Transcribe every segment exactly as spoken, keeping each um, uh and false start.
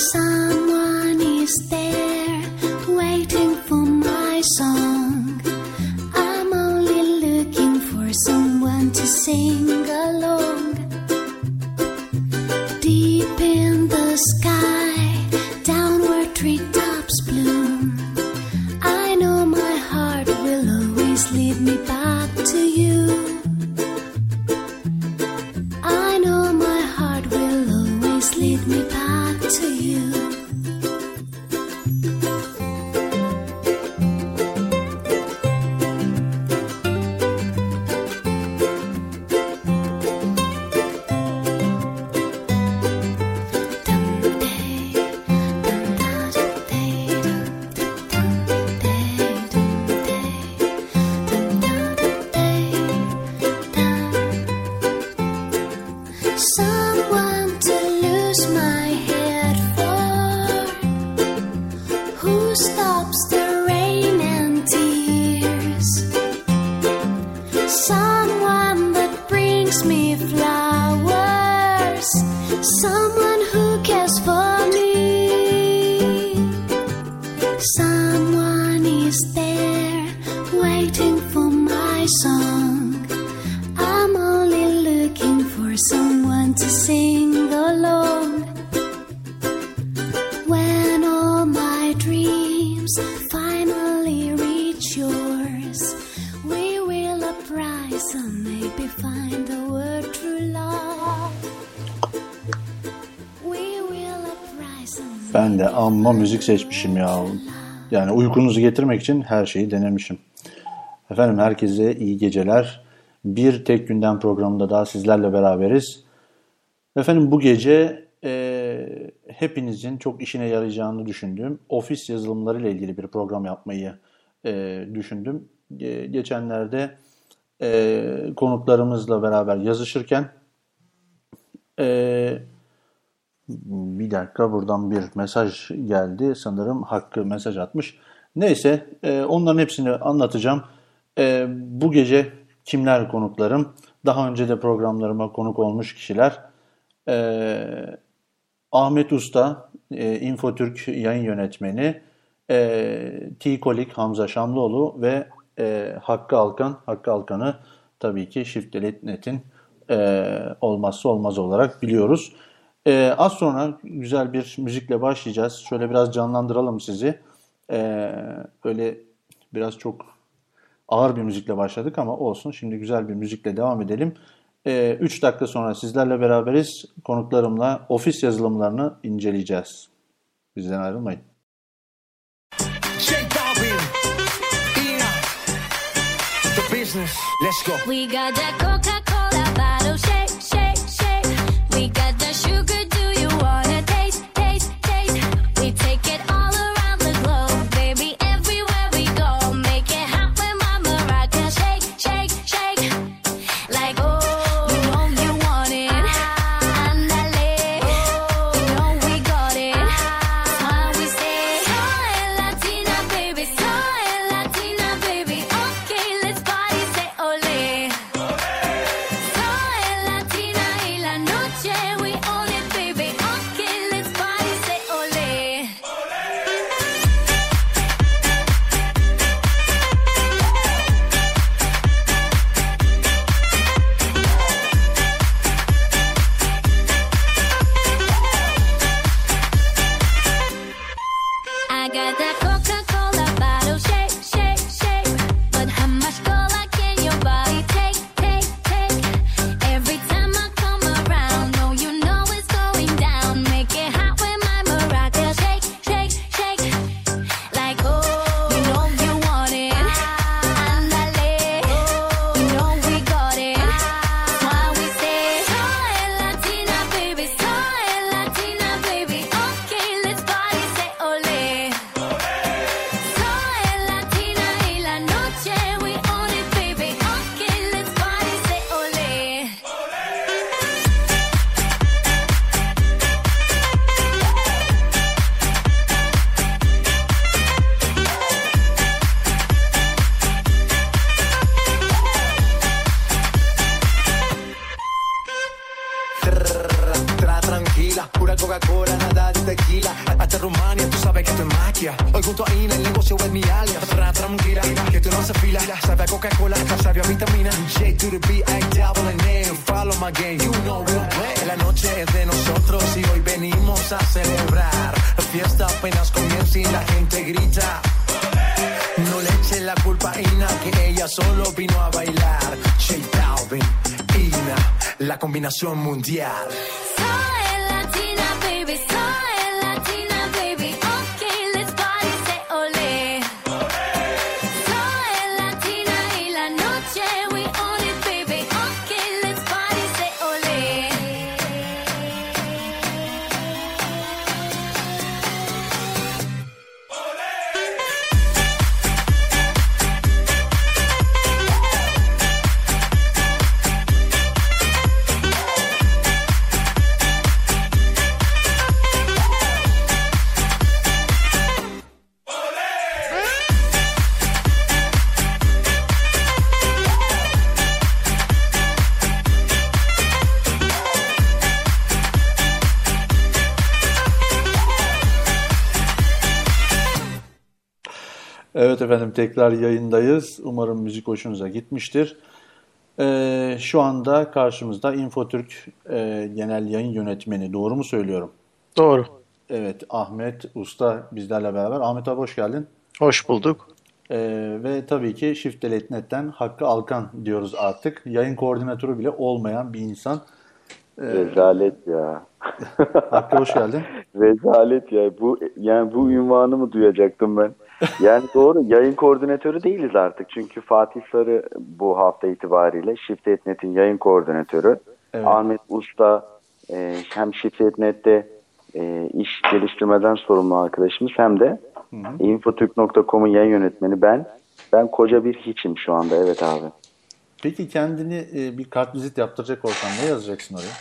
Someone is there waiting for my song. I'm only looking for someone to sing along. Deep in the sky, down where treetops bloom, I know my heart will always lead me back to you. I know my heart will always lead me back to you. Someone to lose my head for, who stops the rain and tears. Someone that brings me flowers, someone who cares for me. Someone is there waiting for my song. I'm only looking for someone to sing along. When all my dreams finally reach yours, we will uprise and maybe find the word true love. We will uprise and Ben de amma müzik seçmişim ya. Yani uykunuzu getirmek için her şeyi denemişim. Efendim herkese iyi geceler. Bir tek gündem programında daha sizlerle beraberiz. Efendim bu gece e, hepinizin çok işine yarayacağını düşündüğüm ofis yazılımları ile ilgili bir program yapmayı e, düşündüm. E, geçenlerde e, konuklarımızla beraber yazışırken e, bir dakika buradan bir mesaj geldi. Sanırım Hakkı mesaj atmış. Neyse e, onların hepsini anlatacağım. E, bu gece kimler konuklarım? Daha önce de programlarıma konuk olmuş kişiler. Ee, Ahmet Usta, e, Infotürk yayın yönetmeni, e, T-Kolik Hamza Şamlıoğlu ve e, Hakkı Alkan. Hakkı Alkan'ı tabii ki Shift.net'in e, olmazsa olmaz olarak biliyoruz. E, az sonra güzel bir müzikle başlayacağız. Şöyle biraz canlandıralım sizi. E, böyle biraz çok ağır bir müzikle başladık ama olsun. Şimdi güzel bir müzikle devam edelim. üç ee, dakika sonra sizlerle beraberiz. Konuklarımla ofis yazılımlarını inceleyeceğiz. Bizden ayrılmayın. Let's go. We got that Coca-Cola bottle, shake, shake, shake. We got that sugar, do you wanna taste, taste, taste? We take it all around the globe, baby, everywhere we go. Make it hot when Mama rock and shake, shake, shake. Like, oh, you know you want it. Andale, you know we got it. That's why we say, soy Latina, baby, soy Latina, baby. Okay, let's party, say ole. Soy Latina y la noche we own it, baby. Okay, let's party, say ole. I got that Coca-Cola bottle, shake, shake, shake. But how much cola can your body take, take, take? Every time I come around, no, you know it's going down. Make it hot when my maraca shake, shake, shake. Like, oh, you know you want it. Andale, you know we got it. That's why we say, soy Latina, baby, soy Latina, baby. Okay, let's party, say ole. tranquila. Pura Coca-Cola, nada de tequila. Hasta Rumania, tú sabes que esto es magia. Hoy junto a Ina, el negocio es mi alias. Tra, tranquila, que tú no se fila. Sabe a Coca-Cola, sabe a vitamina. J to the B, I double N A. Follow my game, you know we'll play. La noche es de nosotros y hoy venimos a celebrar. La fiesta apenas comienza y la gente grita. No le eche la culpa a Ina, que ella solo vino a bailar. J Balvin, Ina, la combinación mundial. Soy latina, baby, soy latina, baby. Okay, let's party, say ole. Soy latina y la noche we own it, baby. Okay, let's party, say ole. Evet efendim, tekrar yayındayız. Umarım müzik hoşunuza gitmiştir. Ee, şu anda karşımızda Infotürk e, Genel Yayın Yönetmeni. Doğru mu söylüyorum? Doğru. Evet, Ahmet Usta bizlerle beraber. Ahmet abi hoş geldin. Hoş bulduk. Ee, ve tabii ki Shift'te Late Net'ten Hakkı Alkan diyoruz artık. Yayın koordinatörü bile olmayan bir insan. Ee, Rezalet ya. Hakkı hoş geldin. Rezalet ya. Bu yani bu ünvanı mı duyacaktım ben? Yani doğru, yayın koordinatörü değiliz artık. Çünkü Fatih Sarı bu hafta itibariyle Shift dot net'in yayın koordinatörü. Evet. Ahmet Usta e, hem Shift dot net'te e, iş geliştirmeden sorumlu arkadaşımız, hem de infotürk nokta com'un yayın yönetmeni ben. Ben koca bir hiçim şu anda, evet abi. Peki kendini e, bir kartvizit yaptıracak olsan ne yazacaksın oraya?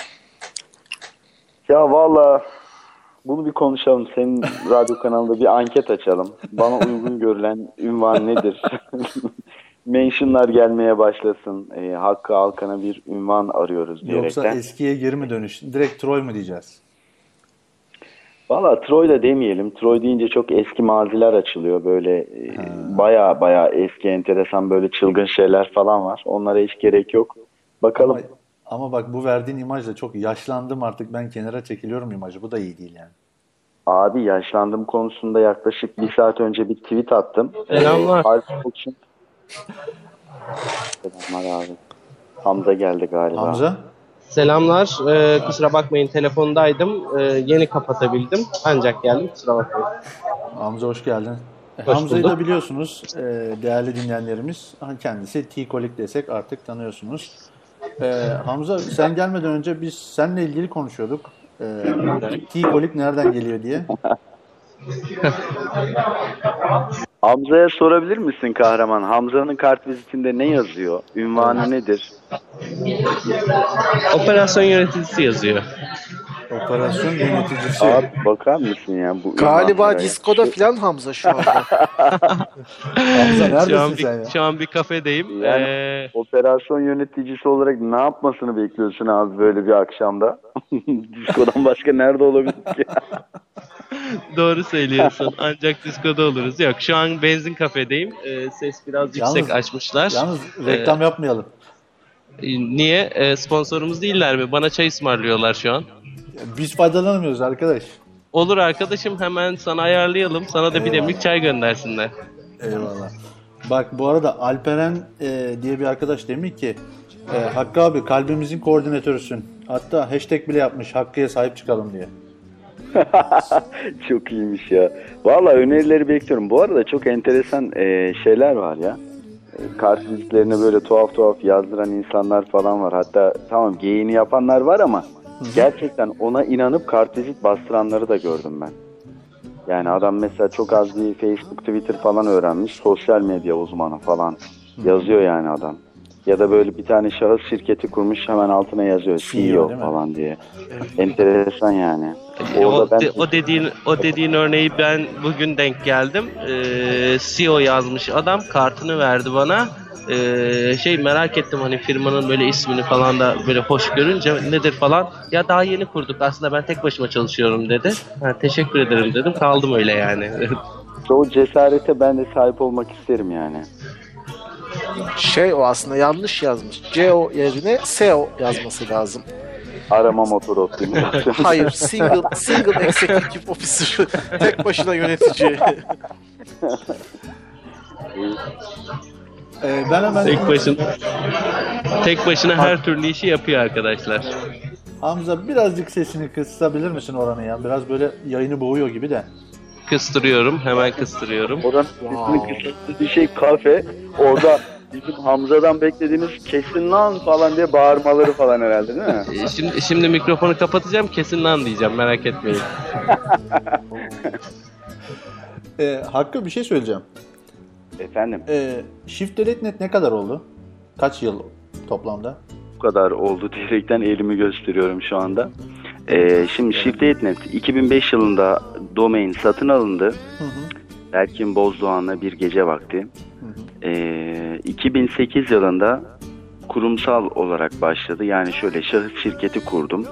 Ya valla bunu bir konuşalım. Senin radyo kanalında bir anket açalım. Bana uygun görülen ünvan nedir? Mentionlar gelmeye başlasın. E, Hakkı Alkan'a bir ünvan arıyoruz diyerekten. Yoksa eskiye geri mi dönüş? Direkt Troy mu diyeceğiz? Valla Troy da demeyelim. Troy deyince çok eski maziler açılıyor. Böyle e, baya baya eski, enteresan, böyle çılgın şeyler falan var. Onlara hiç gerek yok. Bakalım. Ama, ama bak, bu verdiğin imajla çok yaşlandım artık, ben kenara çekiliyorum imajı. Bu da iyi değil yani. Abi yaşlandım konusunda yaklaşık bir saat önce bir tweet attım. Selamlar. Ee, Selamlar abi. Hamza geldi galiba. Hamza? Selamlar. Ee, kusura bakmayın, telefondaydım. Ee, yeni kapatabildim. Ancak geldim. Kusura bakmayın. Hamza hoş geldin. Hoş Hamza'yı bulduk. da biliyorsunuz e, değerli dinleyenlerimiz. Kendisi T-Kolik desek artık tanıyorsunuz. E, Hamza, sen gelmeden önce biz seninle ilgili konuşuyorduk. E, T-Kolik nereden geliyor diye. Hamza'ya sorabilir misin kahraman? Hamza'nın kartvizitinde ne yazıyor? Ünvanı nedir? Operasyon yöneticisi yazıyor. Operasyon yöneticisi. Abi bakar mısın ya? Bu Galiba ünvanlara? diskoda falan Hamza şu anda. Hamza Şu an, neredesin bir, sen ya? şu an bir kafedeyim. Yani Ee, operasyon yöneticisi olarak ne yapmasını bekliyorsun abi böyle bir akşamda? Diskodan başka nerede olabilir ki? doğru söylüyorsun. Ancak diskoda oluruz. Yok, şu an benzin kafedeyim. Ee, ses biraz yüksek Yalnız- açmışlar. Yalnız reklam yapmayalım. Ee, niye? Ee, sponsorumuz değiller mi? Bana çay ısmarlıyorlar şu an. Biz faydalanamıyoruz arkadaş. Olur arkadaşım, hemen sana ayarlayalım. Sana da bir demlik çay göndersinler. Eyvallah. Bak, bu arada Alperen e, diye bir arkadaş demiş ki e, Hakkı abi kalbimizin koordinatörüsün. Hatta hashtag bile yapmış, Hakkı'ya sahip çıkalım diye. Çok iyiymiş ya. Valla önerileri bekliyorum. Bu arada çok enteresan e, şeyler var ya. E, kartvizitlerine böyle tuhaf tuhaf yazdıran insanlar falan var. Hatta tamam geyiğini yapanlar var ama gerçekten ona inanıp kartvizit bastıranları da gördüm ben. Yani adam mesela çok az bir Facebook, Twitter falan öğrenmiş. Sosyal medya uzmanı falan. Yazıyor yani adam. Ya da böyle bir tane şahıs şirketi kurmuş, hemen altına yazıyor C E O C E O değil mi? falan diye. Enteresan yani. E, Orada o, ben de- o dediğin o dediğin örneği ben bugün denk geldim. Ee, C E O yazmış adam, kartını verdi bana. Ee, şey merak ettim, hani firmanın böyle ismini falan da böyle hoş görünce nedir falan. Ya daha yeni kurduk aslında, ben tek başıma çalışıyorum dedi. Ha, teşekkür ederim dedim, kaldım öyle yani. o cesarete ben de sahip olmak isterim yani. Şey, o aslında yanlış yazmış. C O yerine S O yazması lazım. Arama motoru optimizasyonu. Hayır, single single executive officer. Tek başına yönetici. Ee, ben hemen tek başına tek başına her türlü işi yapıyor arkadaşlar. Hamza birazcık sesini kısabilir misin oranı ya? Biraz böyle yayını boğuyor gibi de. Kıstırıyorum, hemen kıstırıyorum. Oranın sesini kısalttığı şey kafe. Orada bizim Hamza'dan beklediğimiz kesin lan falan diye bağırmaları falan herhalde, değil mi? Ee, Şimdi şimdi mikrofonu kapatacağım, kesin lan diyeceğim, merak etmeyin. Ee, Hakkı bir şey söyleyeceğim. Efendim, Ee, Shift Delete Net ne kadar oldu? Kaç yıl toplamda? bu kadar oldu diyerekten elimi gösteriyorum şu anda. Ee, şimdi Shift Delete Net iki bin beş yılında domain satın alındı. Hı hı. Berkin Bozdoğan'la bir gece vakti. Hı hı. Ee, iki bin sekiz yılında kurumsal olarak başladı. Yani şöyle şahıs şirketi kurdum.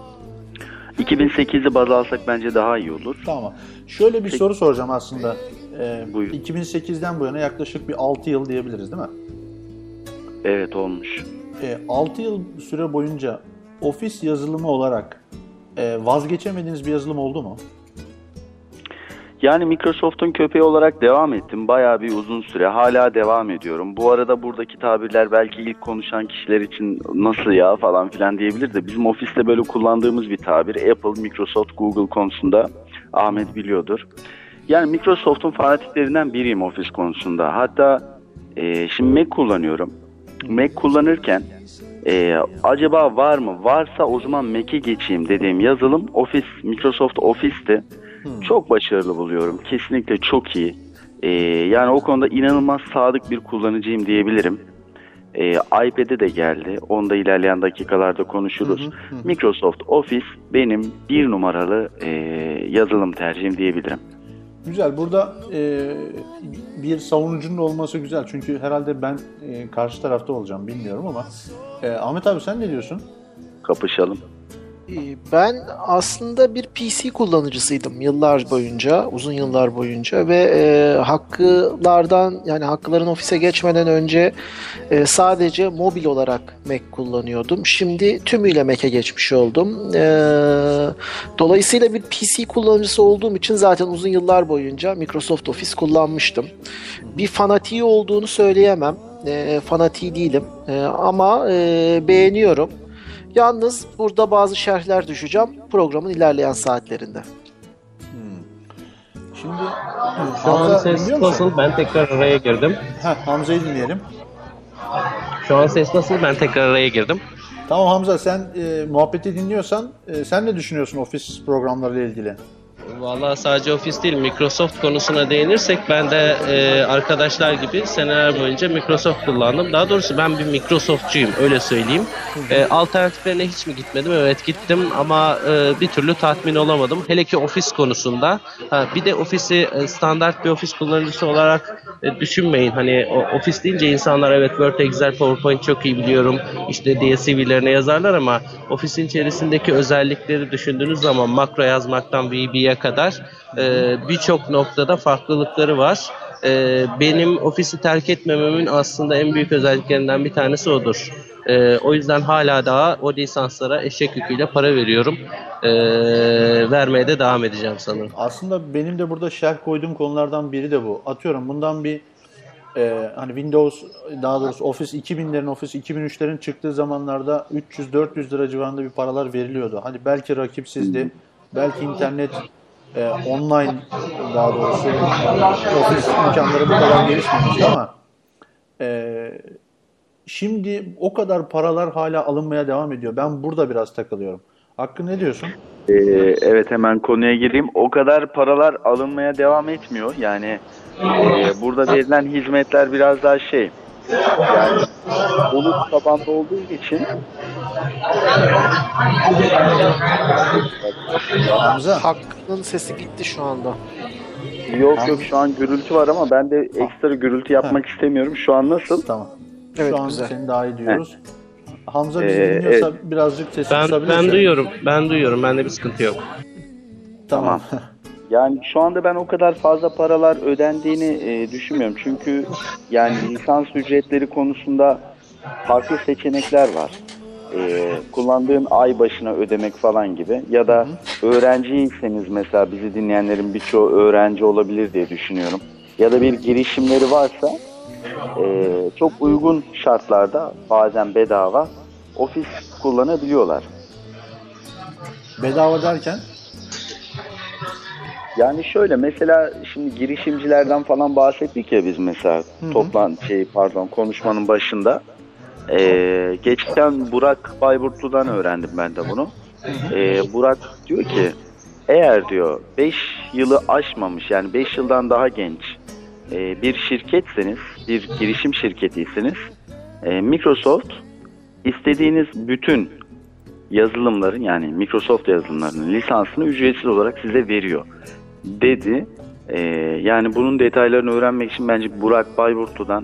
iki bin sekizi baz alsak bence daha iyi olur. Tamam. Şöyle bir Peki. soru soracağım aslında. Ee, Buyurun. iki bin sekizden bu yana yaklaşık bir altı yıl diyebiliriz değil mi? Evet, olmuş. Ee, altı yıl süre boyunca ofis yazılımı olarak e, vazgeçemediğiniz bir yazılım oldu mu? Yani Microsoft'un köpeği olarak devam ettim. Bayağı bir uzun süre. Hala devam ediyorum. Bu arada buradaki tabirler belki ilk konuşan kişiler için nasıl ya falan filan diyebilir de bizim ofiste böyle kullandığımız bir tabir. Apple, Microsoft, Google konusunda Ahmet biliyordur. Yani Microsoft'un fanatiklerinden biriyim ofis konusunda. Hatta e, şimdi Mac kullanıyorum. Mac kullanırken e, acaba var mı? Varsa o zaman Mac'e geçeyim dediğim yazılım Office, Microsoft Office'ti. Çok başarılı buluyorum. Kesinlikle çok iyi. Ee, yani o konuda inanılmaz sadık bir kullanıcıyım diyebilirim. Ee, iPad'e de geldi. Onu da ilerleyen dakikalarda konuşuruz. Hı hı, hı. Microsoft Office benim bir numaralı e, yazılım tercihim diyebilirim. Güzel. Burada e, bir savunucunun olması güzel. Çünkü herhalde ben e, karşı tarafta olacağım bilmiyorum ama e, Ahmet abi sen ne diyorsun? Kapışalım. Ben aslında bir P C kullanıcısıydım yıllar boyunca, uzun yıllar boyunca ve e, Hakkılardan yani Hakkıların ofise geçmeden önce e, sadece mobil olarak Mac kullanıyordum. Şimdi tümüyle Mac'e geçmiş oldum. E, dolayısıyla bir P C kullanıcısı olduğum için zaten uzun yıllar boyunca Microsoft Office kullanmıştım. Bir fanatiği olduğunu söyleyemem. E, fanatiği değilim e, ama e, beğeniyorum. Yalnız burada bazı şerhler düşeceğim programın ilerleyen saatlerinde. Şimdi Şu an Hamza ses dinliyor musun? nasıl? Ben tekrar araya girdim. Heh, Hamza'yı dinleyelim. Şu an ses nasıl? Ben tekrar araya girdim. Tamam Hamza sen e, muhabbeti dinliyorsan e, sen ne düşünüyorsun ofis programlarıyla ilgili? Vallahi sadece ofis değil, Microsoft konusuna değinirsek ben de e, arkadaşlar gibi seneler boyunca Microsoft kullandım. Daha doğrusu ben bir Microsoftçuyum, öyle söyleyeyim. E, alternatiflerine hiç mi gitmedim? Evet gittim ama e, bir türlü tatmin olamadım. Hele ki ofis konusunda. Ha, bir de ofisi e, standart bir ofis kullanıcısı olarak e, düşünmeyin. Hani o, ofis deyince insanlar evet Word, Excel, PowerPoint çok iyi biliyorum. İşte diye C V'lerine yazarlar ama ofisin içerisindeki özellikleri düşündüğünüz zaman makro yazmaktan V B'ye kadar e, birçok noktada farklılıkları var. E, benim ofisi terk etmememin aslında en büyük özelliklerinden bir tanesi odur. E, o yüzden hala daha o lisanslara eşek yüküyle para veriyorum. E, vermeye de devam edeceğim sanırım. Aslında benim de burada şerh koyduğum konulardan biri de bu. Atıyorum bundan bir e, hani Windows, daha doğrusu Office iki binlerin, Office iki bin üçlerin çıktığı zamanlarda üç yüz dört yüz lira civarında bir paralar veriliyordu. Hani belki rakipsizdi, belki internet e, online, daha doğrusu Office imkanları bu kadar gelişmemişti ama e, şimdi o kadar paralar hala alınmaya devam ediyor. Ben burada biraz takılıyorum. Hakkı ne diyorsun? Ee, evet, hemen konuya gireyim. O kadar paralar alınmaya devam etmiyor. Yani e, burada verilen hizmetler biraz daha şey, Yani bulut tabanlı olduğu için Hamza. Hakkı'nın sesi gitti şu anda. yok yok şu an gürültü var ama ben de ekstra gürültü yapmak istemiyorum. Şu an nasıl? Tamam. Evet, Şu an güzel. seni daha iyi duyuyoruz. Hamza bizi Ee, dinliyorsa birazcık sesi Ben kısabilirsen. ben duyuyorum. Ben duyuyorum. Bende bir sıkıntı yok. Tamam. Yani şu anda ben o kadar fazla paralar ödendiğini e, düşünmüyorum. Çünkü yani lisans ücretleri konusunda farklı seçenekler var. E, kullandığın ay başına ödemek falan gibi. Ya da öğrenciyseniz mesela bizi dinleyenlerin birçoğu öğrenci olabilir diye düşünüyorum. Ya da bir girişimleri varsa e, çok uygun şartlarda bazen bedava ofis kullanabiliyorlar. Bedava derken? Yani şöyle mesela şimdi girişimcilerden falan bahsettik ya biz mesela toplantı şey pardon konuşmanın başında. Ee, geçen Burak Bayburtlu'dan öğrendim ben de bunu. Ee, Burak diyor ki eğer diyor beş yılı aşmamış yani beş yıldan daha genç e, bir şirketseniz bir girişim şirketiyseniz e, Microsoft istediğiniz bütün yazılımların yani Microsoft yazılımlarının lisansını ücretsiz olarak size veriyor dedi. Ee, yani bunun detaylarını öğrenmek için bence Burak Bayburtlu'dan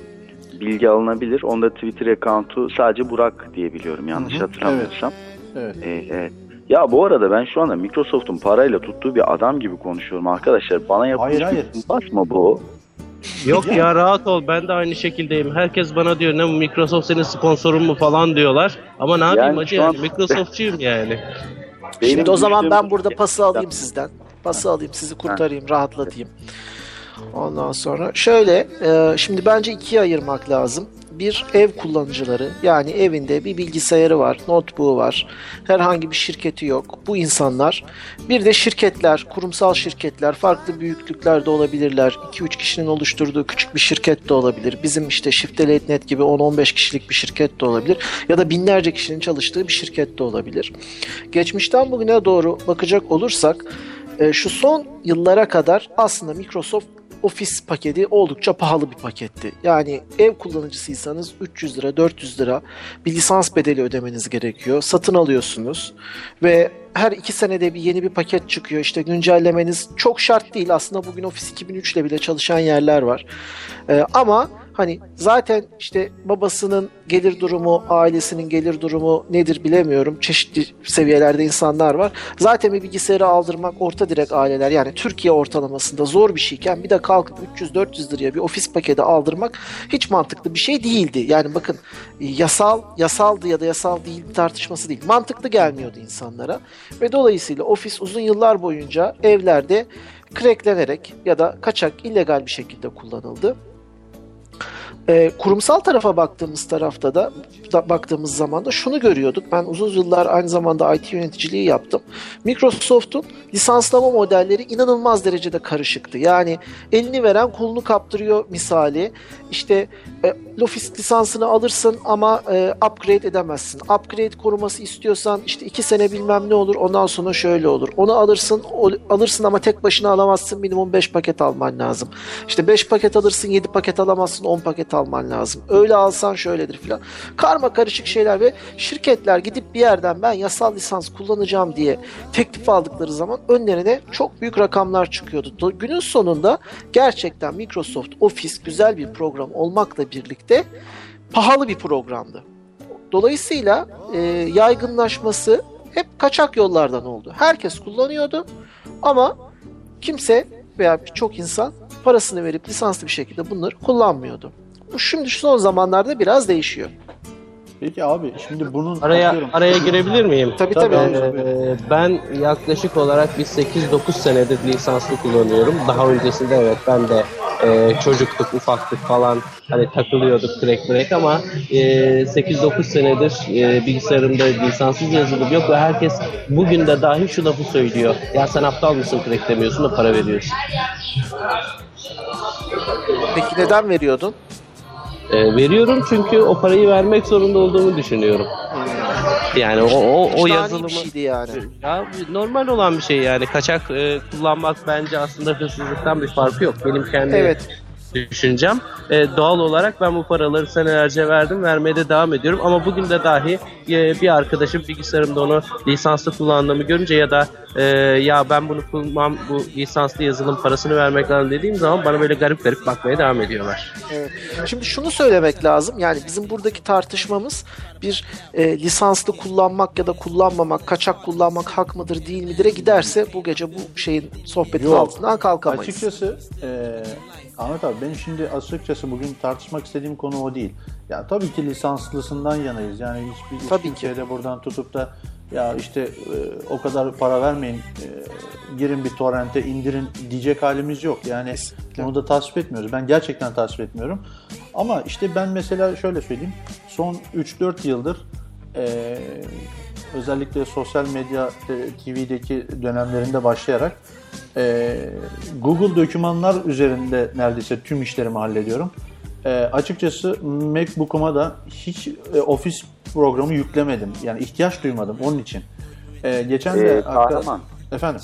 bilgi alınabilir. Onda Twitter account'u sadece Burak diye biliyorum yanlış Hı hı, hatırlamıyorsam. Evet. Ee, evet. Ya bu arada ben şu anda Microsoft'un parayla tuttuğu bir adam gibi konuşuyorum arkadaşlar. Bana yapılmış Hayır, hayır. bir basma bu. Yok ya rahat ol. Ben de aynı şekildeyim. Herkes bana diyor ne bu Microsoft senin sponsorun mu falan diyorlar. Ama ne yapayım Yani hacı şu an- yani Microsoftçuyum yani. Benim Şimdi o zaman ben düşündüğüm- burada pası alayım sizden. Pası alayım, sizi kurtarayım, rahatlatayım. Ondan sonra şöyle, e, şimdi bence ikiye ayırmak lazım. Bir, ev kullanıcıları, yani evinde bir bilgisayarı var, notebook'u var, herhangi bir şirketi yok. Bu insanlar. Bir de şirketler, kurumsal şirketler, farklı büyüklüklerde olabilirler. iki üç kişinin oluşturduğu küçük bir şirket de olabilir. Bizim işte Shift Net gibi on on beş kişilik bir şirket de olabilir. Ya da binlerce kişinin çalıştığı bir şirket de olabilir. Geçmişten bugüne doğru bakacak olursak, e, şu son yıllara kadar aslında Microsoft Office paketi oldukça pahalı bir paketti. Yani ev kullanıcısıysanız üç yüz lira, dört yüz lira bir lisans bedeli ödemeniz gerekiyor. Satın alıyorsunuz ve her iki senede bir yeni bir paket çıkıyor. İşte güncellemeniz çok şart değil. Aslında bugün Office iki bin üç ile bile çalışan yerler var. Ee, ama hani zaten işte babasının gelir durumu, ailesinin gelir durumu nedir bilemiyorum. Çeşitli seviyelerde insanlar var. Zaten bir bilgisayarı aldırmak orta direk aileler yani Türkiye ortalamasında zor bir şeyken bir de kalkıp üç yüz dört yüz liraya bir ofis paketi aldırmak hiç mantıklı bir şey değildi. Yani bakın yasal yasaldı ya da yasal değil tartışması değil. Mantıklı gelmiyordu insanlara. Ve dolayısıyla ofis uzun yıllar boyunca evlerde cracklenerek ya da kaçak illegal bir şekilde kullanıldı. E, kurumsal tarafa baktığımız tarafta da, da baktığımız zaman da şunu görüyorduk. Ben uzun yıllar aynı zamanda I T yöneticiliği yaptım. Microsoft'un lisanslama modelleri inanılmaz derecede karışıktı. Yani elini veren kolunu kaptırıyor misali. İşte e, Office lisansını alırsın ama e, upgrade edemezsin. Upgrade koruması istiyorsan işte iki sene bilmem ne olur. Ondan sonra şöyle olur. Onu alırsın, o, alırsın ama tek başına alamazsın. Minimum beş paket alman lazım. İşte beş paket alırsın, yedi paket alamazsın, on paket alman lazım. Öyle alsan şöyledir filan. Karma karışık şeyler ve şirketler gidip bir yerden ben yasal lisans kullanacağım diye teklif aldıkları zaman önlerine çok büyük rakamlar çıkıyordu. Günün sonunda gerçekten Microsoft Office güzel bir program olmakla birlikte pahalı bir programdı. Dolayısıyla e, yaygınlaşması hep kaçak yollardan oldu. Herkes kullanıyordu ama kimse veya birçok insan parasını verip lisanslı bir şekilde bunları kullanmıyordu. Bu şimdi şu son zamanlarda biraz değişiyor. Peki abi şimdi bunun Araya atıyorum- araya girebilir miyim? Tabii Tabii tabii. abi. Ee, ben yaklaşık olarak bir sekiz dokuz senedir lisanslı kullanıyorum. Daha öncesinde evet ben de e, çocuktuk, ufaktık falan hani takılıyorduk crack crack ama e, sekiz dokuz senedir e, bilgisayarımda lisanssız yazılım yok ve herkes bugün de dahi şu lafı söylüyor. Ya sen aptal mısın crack demiyorsun da para veriyorsun. Peki neden veriyordun? E, veriyorum çünkü o parayı vermek zorunda olduğumu düşünüyorum. Yani o o, o Vicdani yazılımı bir şeydi yani. ya normal olan bir şey yani kaçak e, kullanmak bence aslında hırsızlıktan bir farkı yok. Benim kendi Evet. düşüncem. E, doğal olarak ben bu paraları senelerce verdim, vermeye de devam ediyorum. Ama bugün de dahi e, bir arkadaşım bilgisayarımda onu lisanslı kullandığımı görünce ya da e, ya ben bunu kullanmam, bu lisanslı yazılım parasını vermek lazım dediğim zaman bana böyle garip garip bakmaya devam ediyorlar. Evet. Şimdi şunu söylemek lazım. Yani bizim buradaki tartışmamız bir e, lisanslı kullanmak ya da kullanmamak, kaçak kullanmak hak mıdır değil midir'e giderse bu gece bu şeyin sohbetin Yok, altından kalkamayız. Açıkçası e, Ahmet abi benim şimdi açıkçası bugün tartışmak istediğim konu o değil. Ya tabii ki lisanslısından yanayız. Yani hiçbir Tabii kimseye de buradan tutup da ya işte e, o kadar para vermeyin, e, girin bir torrente indirin diyecek halimiz yok. Yani Kesinlikle. bunu da tasvip etmiyoruz. Ben gerçekten tasvip etmiyorum. Ama işte ben mesela şöyle söyleyeyim. Son üç dört yıldır e, özellikle sosyal medya T V'deki dönemlerinde başlayarak e, Google dokümanlar üzerinde neredeyse tüm işlerimi hallediyorum. E, açıkçası MacBook'uma da hiç e, Office programı yüklemedim. Yani ihtiyaç duymadım onun için. E, geçen de... Ee, Kahraman. Efendim?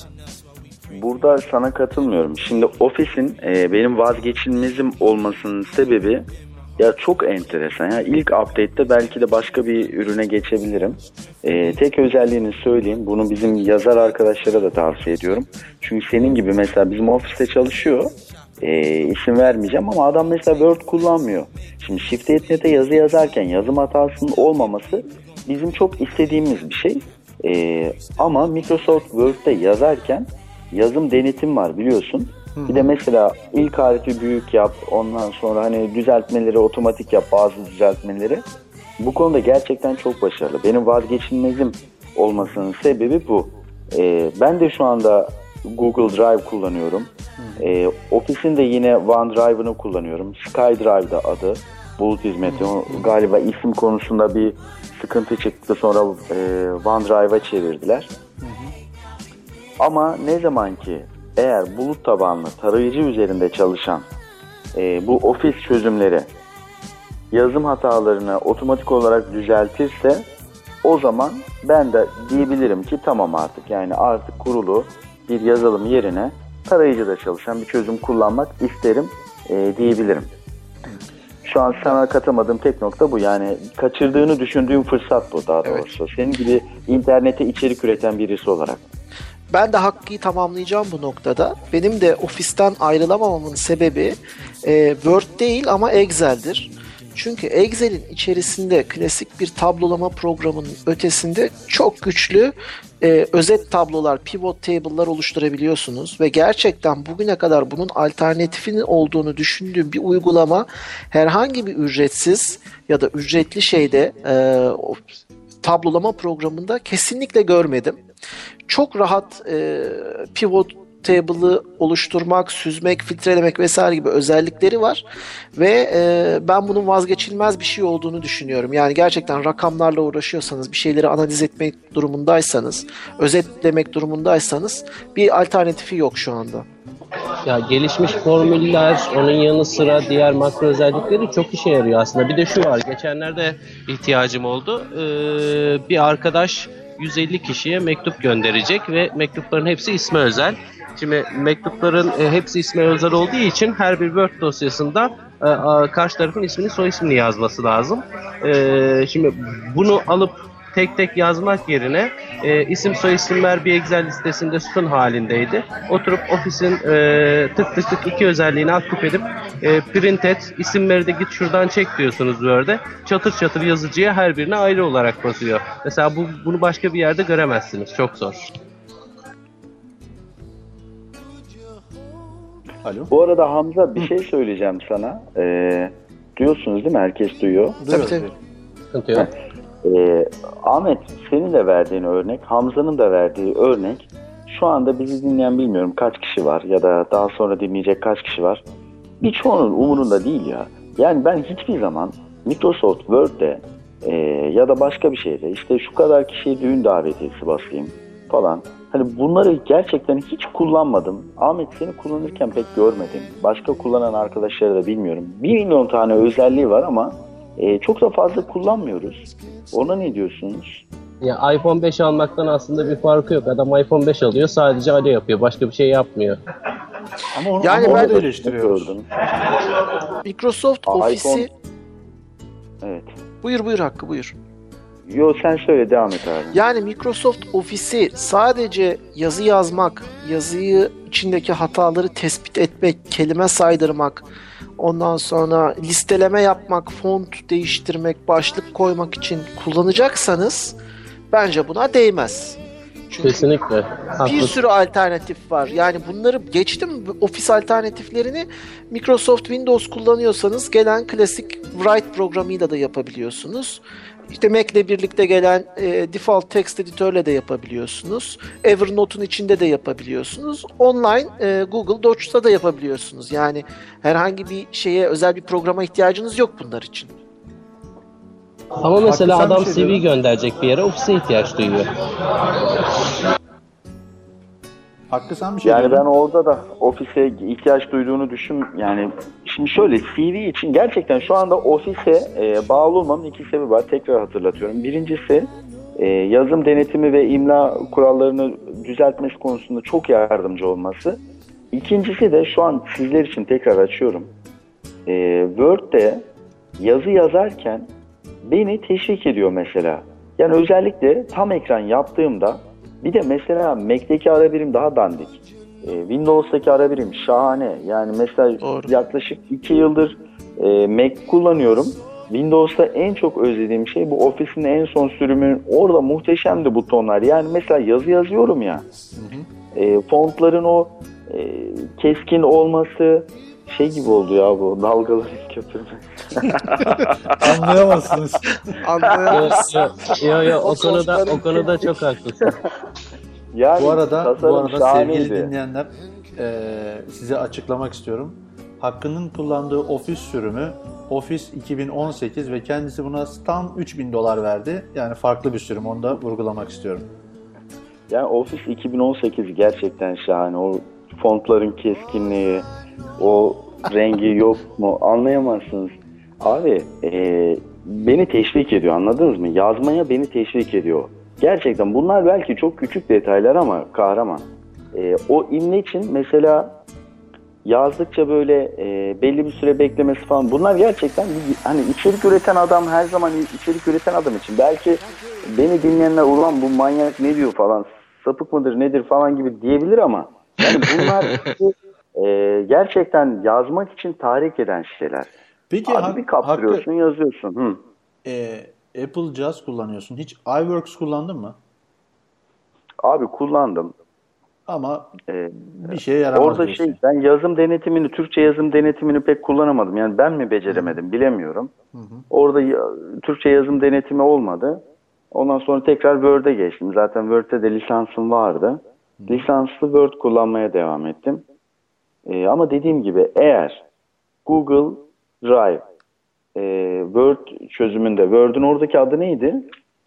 Burada sana katılmıyorum. Şimdi Office'in e, benim vazgeçilmezim olmasının sebebi ya çok enteresan. Yani ilk update'te belki de başka bir ürüne geçebilirim. E, tek özelliğini söyleyeyim. Bunu bizim yazar arkadaşlara da tavsiye ediyorum. Çünkü senin gibi mesela bizim ofiste çalışıyor. E, isim vermeyeceğim ama adam mesela Word kullanmıyor. Şimdi Shift nokta net'e yazı yazarken yazım hatasının olmaması bizim çok istediğimiz bir şey. E, ama Microsoft Word'de yazarken yazım denetim var biliyorsun. Hı. Bir de mesela ilk harfi büyük yap, ondan sonra hani düzeltmeleri otomatik yap, bazı düzeltmeleri. Bu konuda gerçekten çok başarılı. Benim vazgeçilmezim olmasının sebebi bu. Ee, ben de şu anda Google Drive kullanıyorum. Ee, Office'in de yine OneDrive'ını kullanıyorum. SkyDrive'da adı. Bulut hizmeti. O, galiba isim konusunda bir sıkıntı çıktı, sonra e, OneDrive'a çevirdiler. Hı hı. Ama ne zaman ki eğer bulut tabanlı tarayıcı üzerinde çalışan e, bu Office çözümleri yazım hatalarını otomatik olarak düzeltirse o zaman ben de diyebilirim ki tamam artık, yani artık kurulu bir yazılım yerine tarayıcıda çalışan bir çözüm kullanmak isterim e, diyebilirim. Şu an sana katamadığım tek nokta bu. Yani kaçırdığını düşündüğüm fırsat bu daha doğrusu. Evet. Senin gibi internete içerik üreten birisi olarak. Ben de Hakkı'yı tamamlayacağım bu noktada. Benim de ofisten ayrılamamamın sebebi e, Word değil ama Excel'dir. Çünkü Excel'in içerisinde klasik bir tablolama programının ötesinde çok güçlü e, özet tablolar, pivot table'lar oluşturabiliyorsunuz ve gerçekten bugüne kadar bunun alternatifinin olduğunu düşündüğüm bir uygulama herhangi bir ücretsiz ya da ücretli şeyde e, tablolama programında kesinlikle görmedim. Çok rahat e, pivot table'ı oluşturmak, süzmek, filtrelemek vesaire gibi özellikleri var ve e, ben bunun vazgeçilmez bir şey olduğunu düşünüyorum. Yani gerçekten rakamlarla uğraşıyorsanız, bir şeyleri analiz etmek durumundaysanız, özetlemek durumundaysanız bir alternatifi yok şu anda. Ya gelişmiş formüller, onun yanı sıra diğer makro özellikleri çok işe yarıyor aslında. Bir de şu var, geçenlerde ihtiyacım oldu. Ee, bir arkadaş yüz elli kişiye mektup gönderecek ve mektupların hepsi isme özel. Şimdi mektupların e, hepsi isme özel olduğu için her bir Word dosyasında e, a, karşı tarafın ismini, soy ismini yazması lazım. E, şimdi bunu alıp tek tek yazmak yerine e, isim soy isimler bir Excel listesinde sütun halindeydi. Oturup Office'in e, tık tık tık iki özelliğini aktif edip e, print et, isimleri de git şuradan çek diyorsunuz Word'e. Çatır çatır yazıcıya her birine ayrı olarak basıyor. Mesela bu, bunu başka bir yerde göremezsiniz. Çok zor. Alo. Bu arada Hamza bir şey söyleyeceğim sana. Ee, duyuyorsunuz değil mi? Herkes duyuyor. Tabii tabii. Sıkıntı yok. Ee, Ahmet, senin de verdiğin örnek, Hamza'nın da verdiği örnek, şu anda bizi dinleyen bilmiyorum kaç kişi var ya da daha sonra dinleyecek kaç kişi var. Birçoğunun umurunda değil ya. Yani ben hiçbir zaman Microsoft Word'de e, ya da başka bir şeyde işte şu kadar kişiye düğün davetiyesi basayım falan. Hani bunları gerçekten hiç kullanmadım. Ahmet, seni kullanırken pek görmedim. Başka kullanan arkadaşları da bilmiyorum. Bir milyon tane özelliği var ama e, çok da fazla kullanmıyoruz. Ona ne diyorsunuz? Ya iPhone beş almaktan aslında bir farkı yok. Adam iPhone beş alıyor, sadece alo yapıyor. Başka bir şey yapmıyor. Ama onu, Yani ama ben- onu da eleştiriyoruz. Gördüm. Microsoft Aa, Office'i... iPhone- Evet. Buyur buyur Hakkı buyur. Yo sen söyle devam et abi. Yani Microsoft Office'i sadece yazı yazmak, yazıyı içindeki hataları tespit etmek, kelime saydırmak, ondan sonra listeleme yapmak, font değiştirmek, başlık koymak için kullanacaksanız bence buna değmez. Çünkü Kesinlikle. bir Haklısın. sürü alternatif var. Yani bunları geçtim, Office alternatiflerini Microsoft Windows kullanıyorsanız gelen klasik Write programıyla da yapabiliyorsunuz. İşte Mac'le birlikte gelen e, default text editörle de yapabiliyorsunuz. Evernote'un içinde de yapabiliyorsunuz. Online e, Google Docs'ta da yapabiliyorsunuz. Yani herhangi bir şeye, özel bir programa ihtiyacınız yok bunlar için. Ama mesela Haklısın, adam bir şey C V diyorum. gönderecek bir yere ofise ihtiyaç duyuyor. Hakkı sen bir şey Yani ben diyordun. orada da ofise ihtiyaç duyduğunu düşün. Yani şimdi şöyle C V için gerçekten şu anda ofise e, bağlı olmamın iki sebebi var. Tekrar hatırlatıyorum. Birincisi e, yazım denetimi ve imla kurallarını düzeltmesi konusunda çok yardımcı olması. İkincisi de şu an sizler için tekrar açıyorum. E, Word'de yazı yazarken beni teşvik ediyor mesela. Yani özellikle tam ekran yaptığımda bir de mesela Mac'teki ara birim daha dandik. Ee, Windows'taki ara birim şahane. Yani mesela Doğru. yaklaşık iki yıldır e, Mac kullanıyorum. Windows'ta en çok özlediğim şey bu Office'in en son sürümü. Orada muhteşemdi butonlar. Yani mesela yazı yazıyorum ya. E, fontların o e, keskin olması şey gibi oldu ya bu dalgaları köpürme. Anlayamazsınız. Anlayamazsın. Yo yo, yo, o O konuda sosların- o konuda çok haklısın. Yani Bu arada bu tasarım arada şahaneydi. sevgili dinleyenler e, size açıklamak istiyorum. Hakkı'nın kullandığı Office sürümü Office iki bin on sekiz ve kendisi buna tam üç bin dolar verdi. Yani farklı bir sürüm. Onu da vurgulamak istiyorum. Yani Office iki bin on sekiz gerçekten şahane. O fontların keskinliği, o rengi yok mu anlayamazsınız. Abi e, beni teşvik ediyor, anladınız mı? Yazmaya beni teşvik ediyor. Gerçekten bunlar belki çok küçük detaylar ama kahraman. E, o imle için mesela yazdıkça böyle e, belli bir süre beklemesi falan, bunlar gerçekten bir- hani içerik üreten adam, her zaman içerik üreten adam için belki beni dinleyenler ulan bu manyak ne diyor falan, sapık mıdır nedir falan gibi diyebilir ama yani bunlar e, gerçekten yazmak için tahrik eden şeyler. Peki Abi Hak- bir kaptırıyorsun, Hakkı, yazıyorsun. Hı. e, Apple Jazz kullanıyorsun. Hiç iWorks kullandın mı? Abi kullandım. Ama E, bir şeye yaramaz Orada diyorsun. şey, ben yazım denetimini, Türkçe yazım denetimini pek kullanamadım. Yani ben mi beceremedim bilemiyorum. Orada ya- Türkçe yazım denetimi olmadı. Ondan sonra tekrar Word'e geçtim. Zaten Word'de de lisansım vardı. Lisanslı Word kullanmaya devam ettim. Ee, ama dediğim gibi eğer Google Drive e, Word çözümünde, Word'ün oradaki adı neydi?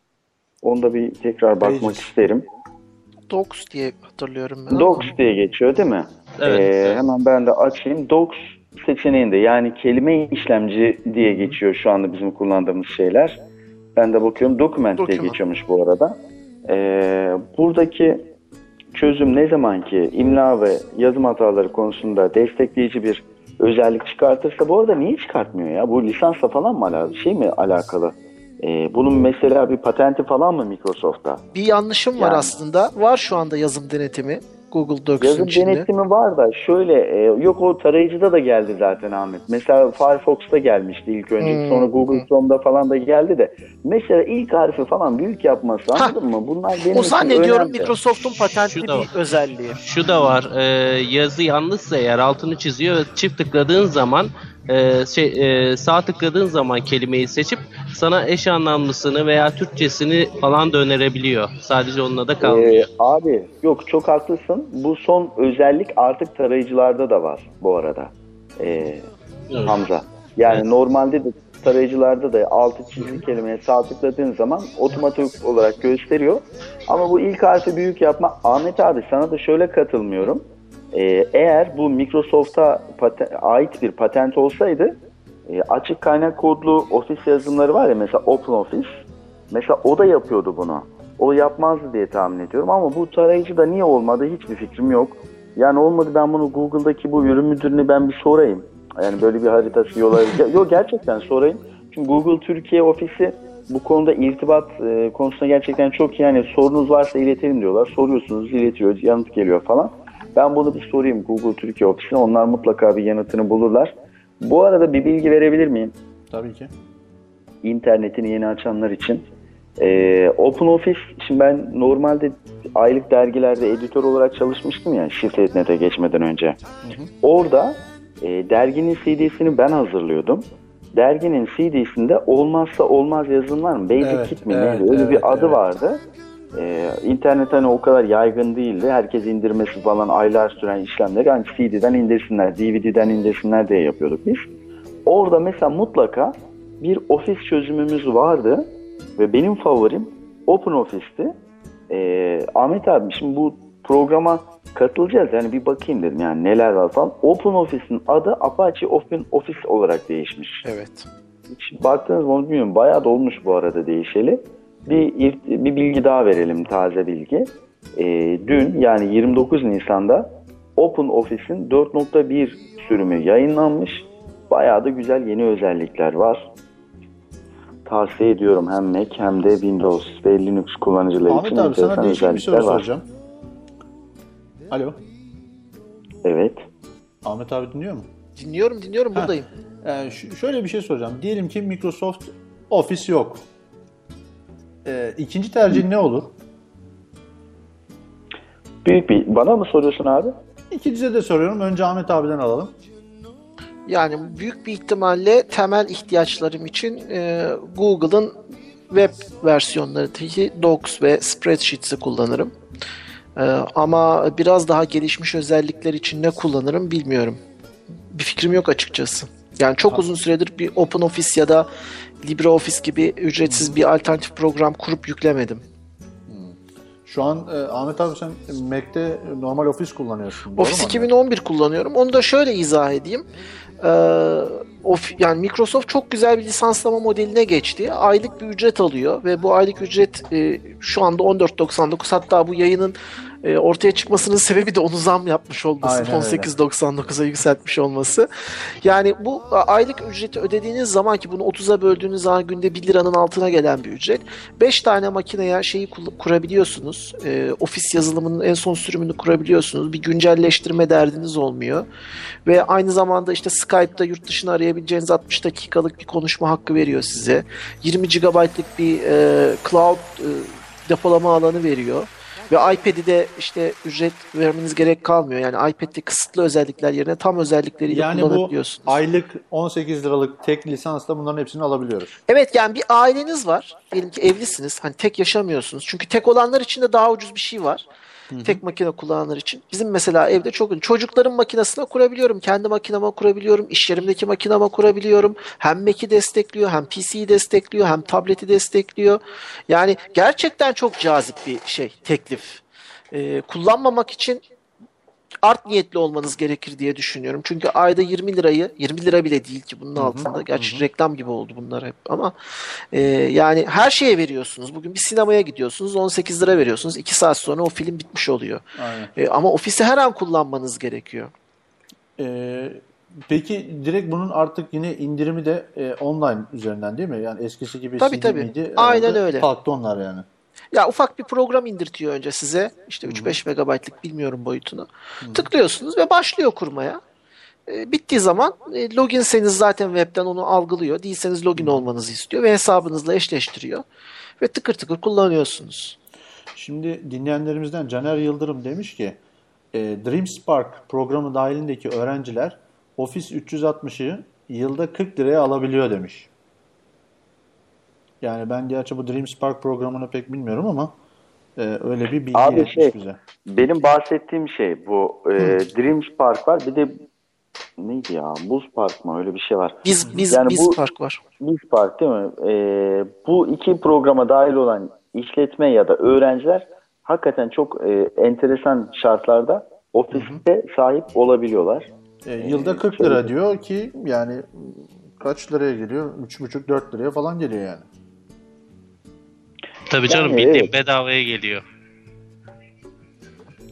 Onda bir tekrar bakmak Pages. isterim. Docs diye hatırlıyorum ben. Docs diye geçiyor değil mi? Evet, Ee, evet. Hemen ben de açayım. Docs seçeneğinde, yani kelime işlemci diye geçiyor şu anda bizim kullandığımız şeyler. Ben de bakıyorum Document diye Document. geçiyormuş bu arada. Ee, buradaki çözüm ne zaman ki imla ve yazım hataları konusunda destekleyici bir özellik çıkartırsa, bu arada niye çıkartmıyor ya? Bu lisansla falan mı alakalı? Şey mi alakalı? Ee, bunun mesela bir patenti falan mı Microsoft'ta? Bir yanlışım var Yani. aslında. Var şu anda yazım denetimi Google Docs'un Yazım içinde. denetimi var da şöyle e, yok, o tarayıcıda da geldi zaten Ahmet. Mesela Firefox'ta gelmişti ilk önce. Hmm, Sonra Google Chrome'da falan da geldi de. Mesela ilk harfi falan büyük yapması, anladın mı? Bunlar benim O için zannediyorum önemli. Microsoft'un patentli Şu da var. bir özelliği. Şu da var. E, yazı yanlışsa eğer altını çiziyor. Çift tıkladığın zaman e, şey e, sağ tıkladığın zaman kelimeyi seçip sana eş anlamlısını veya Türkçesini falan da önerebiliyor. Sadece onunla da kalmıyor. Ee, abi yok, çok haklısın. Bu son özellik artık tarayıcılarda da var bu arada. Ee, Evet. Hamza. Yani Evet. normalde de tarayıcılarda da altı çizili kelimeye sağ tıkladığın zaman otomatik olarak gösteriyor. Ama bu ilk harfi büyük yapma. Ahmet abi, sana da şöyle katılmıyorum. Ee, eğer bu Microsoft'a paten- ait bir patent olsaydı, e, açık kaynak kodlu ofis yazılımları var ya, mesela OpenOffice. Mesela o da yapıyordu bunu. O yapmazdı diye tahmin ediyorum ama bu tarayıcıda niye olmadı hiçbir fikrim yok. Yani olmadı ben bunu Google'daki bu ürün müdürüne ben bir sorayım. Yani böyle bir haritası yola... Yok gerçekten sorayım. Çünkü Google Türkiye ofisi bu konuda irtibat e, konusunda gerçekten çok iyi. Yani sorunuz varsa iletelim diyorlar. Soruyorsunuz, iletiyor, yanıt geliyor falan. Ben bunu bir sorayım Google Türkiye ofisine. Onlar mutlaka bir yanıtını bulurlar. Bu arada bir bilgi verebilir miyim? Tabii ki. İnternetini yeni açanlar için. Ee, OpenOffice, şimdi ben normalde aylık dergilerde editör olarak çalışmıştım ya Şirket.net'e geçmeden önce. Hı hı. Orada e, derginin C D'sini ben hazırlıyordum. Derginin C D'sinde olmazsa olmaz yazılımlar mı? Basic evet, Kit mi? evet, Öyle evet, bir adı evet. vardı. Ee, internet hani o kadar yaygın değildi. Herkes indirmesi falan aylar süren işlemleri hani C D'den indirsinler, D V D'den indirsinler diye yapıyorduk biz. Orada mesela mutlaka bir Office çözümümüz vardı ve benim favorim OpenOffice'ti. Ee, Ahmet abi şimdi bu programa katılacağız yani bir bakayım dedim yani neler var falan. OpenOffice'in adı Apache OpenOffice olarak değişmiş. Evet. Hiç baktınız mı onu bilmiyorum. Bayağı da olmuş bu arada değişeli. Bir, bir bilgi daha verelim, taze bilgi. Ee, dün yani yirmi dokuz Nisan'da OpenOffice'in dört nokta bir sürümü yayınlanmış. Bayağı da güzel yeni özellikler var. Tavsiye ediyorum hem Mac hem de Windows ve Linux kullanıcıları Ahmet için abi sana enteresan değişik bir soru özellikler var. soracağım. Alo. Evet. Ahmet abi dinliyor mu? Dinliyorum dinliyorum Ha, buradayım. e, ş- şöyle bir şey soracağım. Diyelim ki Microsoft Office yok. E, ikinci tercih ne olur? Büyük bir... Bana mı soruyorsun abi? İkinize de soruyorum. Önce Ahmet abiden alalım. Yani büyük bir ihtimalle temel ihtiyaçlarım için e, Google'ın web versiyonlarındaki Docs ve Spreadsheets'i kullanırım. E, ama biraz daha gelişmiş özellikler için ne kullanırım bilmiyorum. Bir fikrim yok açıkçası. Yani çok ha. uzun süredir bir OpenOffice ya da LibreOffice gibi ücretsiz bir alternatif program kurup yüklemedim. Şu an e, Ahmet abi sen Mac'te normal Office kullanıyorsun. Office iki bin on bir kullanıyorum. Onu da şöyle izah edeyim. Ee, of, yani Microsoft çok güzel bir lisanslama modeline geçti. Aylık bir ücret alıyor ve bu aylık ücret e, şu anda on dört doksan dokuz, hatta bu yayının e, ortaya çıkmasının sebebi de onu zam yapmış olması. Aynen on sekiz doksan dokuza yükseltmiş olması. Yani bu aylık ücreti ödediğiniz zaman, ki bunu otuza böldüğünüz zaman günde bir liranın altına gelen bir ücret. beş tane makineye şeyi kurabiliyorsunuz. E, Office yazılımının en son sürümünü kurabiliyorsunuz. Bir güncelleştirme derdiniz olmuyor. Ve aynı zamanda işte Skype'da yurt dışına arayabileceğiniz altmış dakikalık bir konuşma hakkı veriyor size. yirmi gigabaytlık bir e, cloud e, depolama alanı veriyor. Ve iPad'i de işte ücret vermeniz gerek kalmıyor. Yani iPad'de kısıtlı özellikler yerine tam özellikleriyle yani kullanabiliyorsunuz. Yani bu aylık on sekiz liralık tek lisansla bunların hepsini alabiliyoruz. Evet, yani bir aileniz var. Diyelim ki evlisiniz. Hani tek yaşamıyorsunuz. Çünkü tek olanlar için de daha ucuz bir şey var. Hı-hı. Tek makine kullananlar için. Bizim mesela evde çok... Çocukların makinesine kurabiliyorum. Kendi makineme kurabiliyorum. İş yerimdeki makineme kurabiliyorum. Hem Mac'i destekliyor, hem P C'yi destekliyor, hem tableti destekliyor. Yani gerçekten çok cazip bir şey, teklif. Ee, kullanmamak için art niyetli olmanız gerekir diye düşünüyorum. Çünkü ayda yirmi lirayı, yirmi lira bile değil ki bunun altında. Gerçi hı hı. reklam gibi oldu bunlar hep ama e, yani her şeye veriyorsunuz. Bugün bir sinemaya gidiyorsunuz, on sekiz lira veriyorsunuz. iki saat sonra o film bitmiş oluyor. E, ama ofisi her an kullanmanız gerekiyor. Ee, peki direkt bunun artık yine indirimi de e, online üzerinden değil mi? Yani eskisi gibi tabii, C D tabii. miydi? Aynen öyle. Kalktı onlar yani. Ya ufak bir program indirtiyor önce size. İşte üç beş megabaytlık, bilmiyorum boyutunu. Hı-hı. Tıklıyorsunuz ve başlıyor kurmaya. E, bittiği zaman e, loginseniz zaten webten onu algılıyor. Değilseniz login olmanızı istiyor ve hesabınızla eşleştiriyor. Ve tıkır tıkır kullanıyorsunuz. Şimdi dinleyenlerimizden Caner Yıldırım demiş ki e, DreamSpark programı dahilindeki öğrenciler Office üç yüz altmışı yılda kırk liraya alabiliyor demiş. Yani ben gerçi bu DreamSpark programını pek bilmiyorum ama e, öyle bir bilgi Abi etmiş şey, bize. Benim bahsettiğim şey bu e, DreamSpark var, bir de neydi ya, BuzzSpark mı, öyle bir şey var. Biz biz yani BuzzSpark var. BuzzSpark değil mi? E, bu iki programa dahil olan işletme ya da öğrenciler hakikaten çok e, enteresan şartlarda ofiste sahip olabiliyorlar. E, yılda kırk lira diyor ki yani kaç liraya geliyor? üç buçuk dört liraya falan geliyor yani. Tabii canım, yani bildiğin evet. bedavaya geliyor.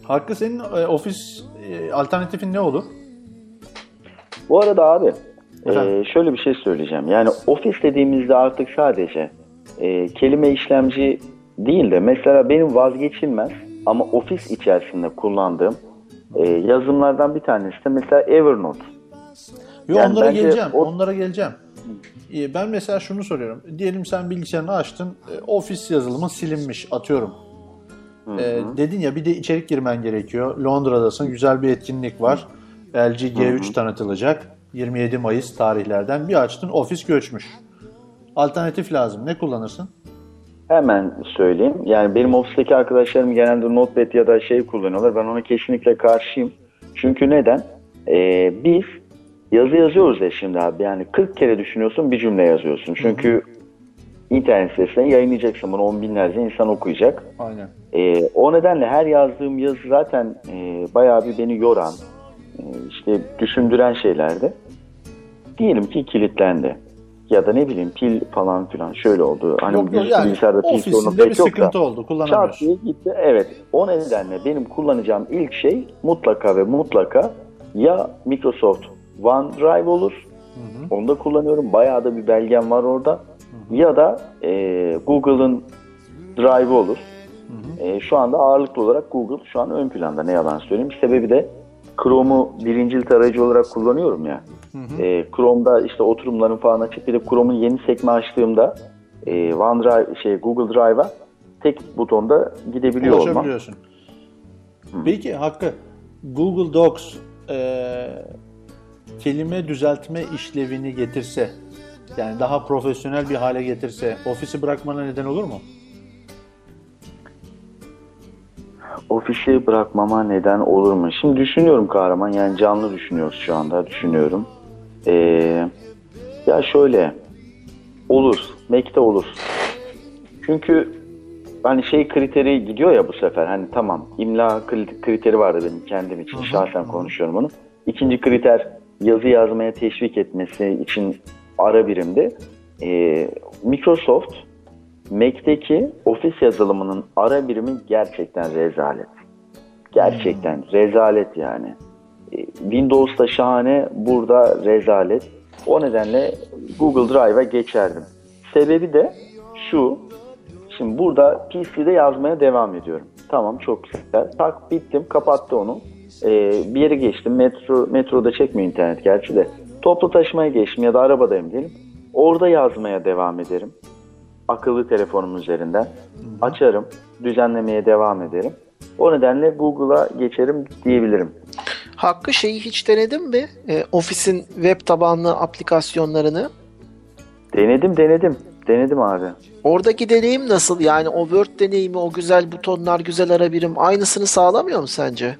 Hakkı senin e, ofis e, alternatifin ne olur? Bu arada abi Efendim? e, şöyle bir şey söyleyeceğim. Yani ofis dediğimizde artık sadece e, kelime işlemci değil de mesela benim vazgeçilmez ama ofis içerisinde kullandığım e, yazılımlardan bir tanesi de mesela Evernote. Yo, Yani onlara bence geleceğim. o- Onlara geleceğim. E, Ben mesela şunu soruyorum. Diyelim sen bilgisayarını açtın. e, Ofis yazılımı silinmiş, atıyorum. E, dedin ya bir de içerik girmen gerekiyor. Londra'dasın. Güzel bir etkinlik var. L G G üç tanıtılacak. yirmi yedi Mayıs tarihlerden bir açtın. Ofis göçmüş. Alternatif lazım. Ne kullanırsın? Hemen söyleyeyim. Yani benim ofisteki arkadaşlarım genelde Notepad ya da şey kullanıyorlar. Ben ona kesinlikle karşıyım. Çünkü neden? Ee, biz yazı yazıyoruz ya şimdi abi. Yani kırk kere düşünüyorsun, bir cümle yazıyorsun. Çünkü internet sitesine yayınlayacaksın. Bunu on binlerce insan okuyacak. Aynen. Ee, o nedenle her yazdığım yazı zaten e, bayağı bir beni yoran, e, işte düşündüren şeylerdi. Diyelim ki kilitlendi. Ya da ne bileyim pil falan filan şöyle oldu. Hani Yok, yok, bir yani bilgisayarda pil sorunu ofisinde bir pek yok da. sıkıntı oldu. Çat Kullanamıyorsun. diye gitti. Evet. O nedenle benim kullanacağım ilk şey mutlaka ve mutlaka ya Microsoft OneDrive olur. Onu da kullanıyorum. Bayağı da bir belgem var orada. Ya da e, Google'ın Drive olur. E, şu anda ağırlıklı olarak Google şu an ön planda, ne yalan söyleyeyim. Sebebi de Chrome'u birincil tarayıcı olarak kullanıyorum ya. E, Chrome'da işte oturumların falan açıp bir de Chrome'un yeni sekme açtığımda e, OneDrive şey Google Drive'a tek butonda gidebiliyor olmam. Ulaşabiliyorsun. Peki Hakkı, Google Docs e, kelime düzeltme işlevini getirse, yani daha profesyonel bir hale getirse, ofisi bırakmana neden olur mu? Ofisi bırakmama neden olur mu? Şimdi düşünüyorum kahraman, yani canlı düşünüyoruz şu anda, düşünüyorum. Ee, ya şöyle olur, Mac'te olur. Çünkü hani şey kriteri gidiyor ya bu sefer, hani tamam imla kriteri vardı benim kendim için, şahsen konuşuyorum onu. İkinci kriter yazı yazmaya teşvik etmesi için ara birimdi. Ee, Microsoft Mac'teki ofis yazılımının ara birimi gerçekten rezalet. Gerçekten rezalet yani. Ee, Windows'ta şahane, burada rezalet. O nedenle Google Drive'a geçerdim. Sebebi de şu, şimdi burada P C'de yazmaya devam ediyorum. Tamam, çok güzel. Tak, bittim, kapattı onu. Ee, bir yere geçtim. Metro, metroda çekmiyor internet gerçi de. Toplu taşımaya geçtim ya da arabadayım diyelim. Orada yazmaya devam ederim. Akıllı telefonum üzerinden. Açarım, düzenlemeye devam ederim. O nedenle Google'a geçerim diyebilirim. Hakkı, şeyi hiç denedin mi? E, ofisin web tabanlı aplikasyonlarını. Denedim, denedim. Denedim abi. Oradaki deneyim nasıl? Yani o Word deneyimi, o güzel butonlar, güzel ara birim aynısını sağlamıyor mu sence?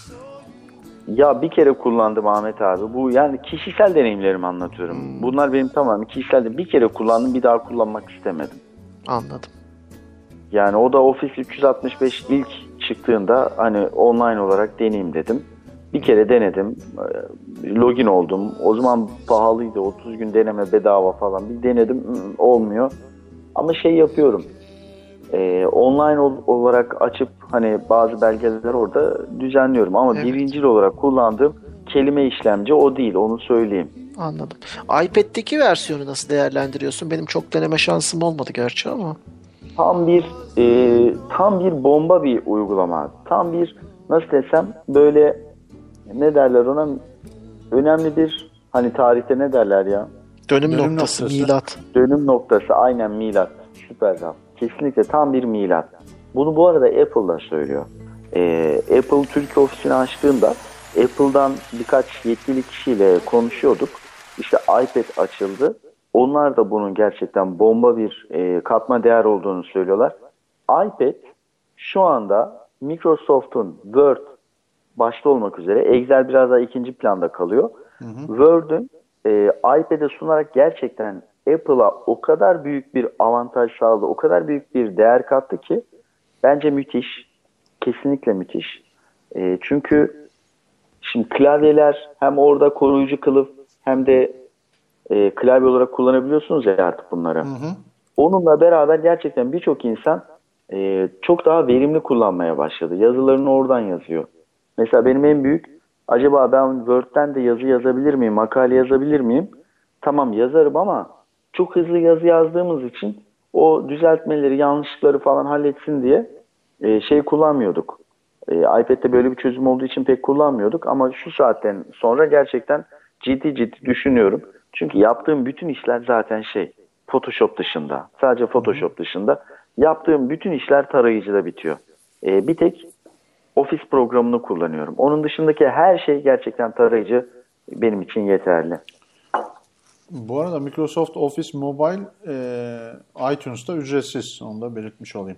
Ya bir kere kullandım Ahmet abi. Bu yani kişisel deneyimlerimi anlatıyorum. Bunlar benim tamamen kişisel. Bir kere kullandım, bir daha kullanmak istemedim. Anladım. Yani o da Office üç yüz altmış beş ilk çıktığında hani online olarak deneyeyim dedim. Bir kere denedim. Login oldum. O zaman pahalıydı. otuz gün deneme bedava falan. Bir denedim. Olmuyor. Ama şey yapıyorum. Ee, online olarak açıp hani bazı belgeler orada düzenliyorum. Ama Evet. birincil olarak kullandığım kelime işlemci o değil. Onu söyleyeyim. Anladım. iPad'deki versiyonu nasıl değerlendiriyorsun? Benim çok deneme şansım olmadı gerçi ama. Tam bir e, tam bir bomba bir uygulama. Tam bir, nasıl desem, böyle ne derler ona, önemli bir, hani tarihte ne derler ya? Dönüm, Dönüm noktası, noktası. milat. Dönüm noktası, aynen milat. Süper laf. Kesinlikle tam bir milat. Bunu bu arada Apple'da söylüyor. Ee, Apple Türkiye ofisini açtığında Apple'dan birkaç yetkili kişiyle konuşuyorduk. İşte iPad açıldı. Onlar da bunun gerçekten bomba bir e, katma değer olduğunu söylüyorlar. iPad şu anda Microsoft'un Word başta olmak üzere, Excel biraz daha ikinci planda kalıyor. Hı hı. Word'ün e, iPad'e sunarak gerçekten Apple'a o kadar büyük bir avantaj sağladı, o kadar büyük bir değer kattı ki bence müthiş. Kesinlikle müthiş. E, çünkü şimdi klavyeler hem orada koruyucu kılıf hem de e, klavye olarak kullanabiliyorsunuz ya artık bunları. Hı hı. Onunla beraber gerçekten birçok insan e, çok daha verimli kullanmaya başladı. Yazılarını oradan yazıyor. Mesela benim en büyük, acaba ben Word'den de yazı yazabilir miyim, makale yazabilir miyim? Tamam yazarım ama çok hızlı yazı yazdığımız için o düzeltmeleri, yanlışlıkları falan halletsin diye e, şey kullanmıyorduk. E, iPad'de böyle bir çözüm olduğu için pek kullanmıyorduk ama şu saatten sonra gerçekten ciddi ciddi düşünüyorum. Çünkü yaptığım bütün işler zaten şey, Photoshop dışında, sadece Photoshop dışında yaptığım bütün işler tarayıcıda bitiyor. E, bir tek Office programını kullanıyorum. Onun dışındaki her şey gerçekten tarayıcı benim için yeterli. Bu arada Microsoft Office Mobile e, iTunes'ta ücretsiz. Onu da belirtmiş olayım.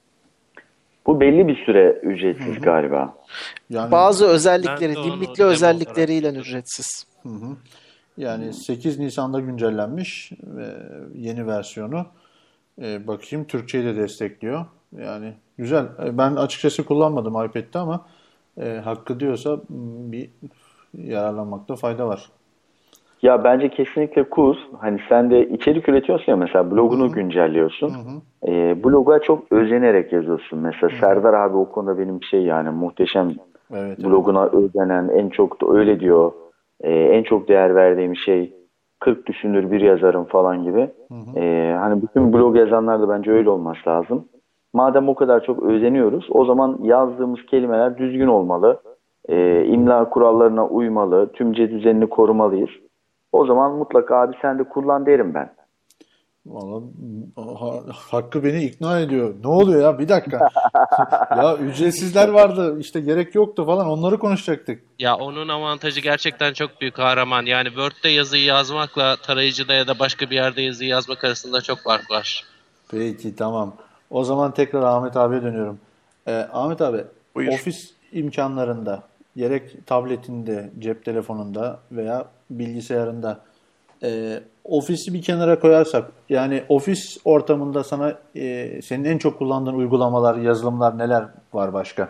Bu belli bir süre ücretsiz Hı-hı. galiba. Yani, Bazı özellikleri, Ben de onu limitli demo özellikleriyle olarak ücretsiz. Hı hı. Yani sekiz Nisan'da güncellenmiş ve yeni versiyonu. E, bakayım Türkçeyi de destekliyor. Yani güzel. E, ben açıkçası kullanmadım iPad'de ama e, hakkı diyorsa bir yararlanmakta fayda var. Ya bence kesinlikle kurs. Hani sen de içerik üretiyorsun ya, mesela blogunu Hı-hı. güncelliyorsun. Hı-hı. E, bloga çok özenerek yazıyorsun. Mesela Hı-hı. Serdar abi o konuda benim şey yani muhteşem, evet, bloguna evet. özenen, en çok da öyle diyor. E, en çok değer verdiğim şey kırk düşünür bir yazarım falan gibi. E, hani bütün blog yazanlar da bence öyle olması lazım. Madem o kadar çok özeniyoruz, o zaman yazdığımız kelimeler düzgün olmalı. E, imla kurallarına uymalı. Tümce düzenini korumalıyız. O zaman mutlaka abi sen de kullan derim ben. Vallahi ha, Hakkı beni ikna ediyor. Ne oluyor ya? Bir dakika. Ya ücretsizler vardı. İşte gerek yoktu falan. Onları konuşacaktık. Ya onun avantajı gerçekten çok büyük, kahraman. Yani Word'de yazıyı yazmakla tarayıcıda ya da başka bir yerde yazıyı yazmak arasında çok fark var. Peki tamam. O zaman tekrar Ahmet abiye dönüyorum. Ee, Ahmet abi, Buyur. Ofis imkanlarında gerek tabletinde, cep telefonunda veya bilgisayarında e, ofisi bir kenara koyarsak, yani ofis ortamında sana e, senin en çok kullandığın uygulamalar, yazılımlar neler var başka?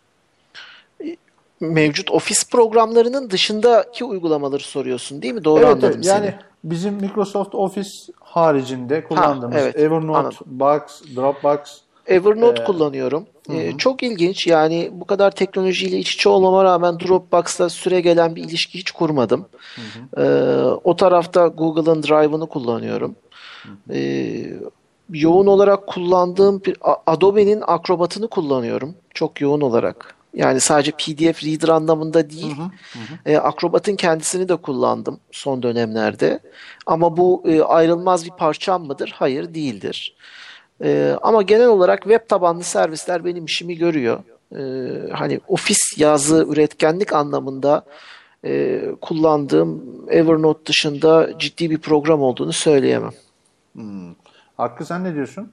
Mevcut ofis programlarının dışındaki uygulamaları soruyorsun değil mi? Doğru evet, anladım evet. seni. Yani bizim Microsoft Office haricinde kullandığımız ha, evet, Evernote, anladım. Box, Dropbox. Evernote ee, kullanıyorum. Ee, çok ilginç. Yani bu kadar teknolojiyle iç içe olmama rağmen Dropbox'ta süre gelen bir ilişki hiç kurmadım. Hı hı. Ee, o tarafta Google'ın Drive'ını kullanıyorum. Ee, yoğun olarak kullandığım bir Adobe'nin Acrobat'ını kullanıyorum. Çok yoğun olarak. Yani sadece P D F Reader anlamında değil. Hı hı, hı. E, Acrobat'ın kendisini de kullandım son dönemlerde. Ama bu e, ayrılmaz bir parçam mıdır? Hayır, değildir. E, ama genel olarak web tabanlı servisler benim işimi görüyor. E, hani ofis yazı üretkenlik anlamında e, kullandığım Evernote dışında ciddi bir program olduğunu söyleyemem. Hmm. Hakkı sen ne diyorsun?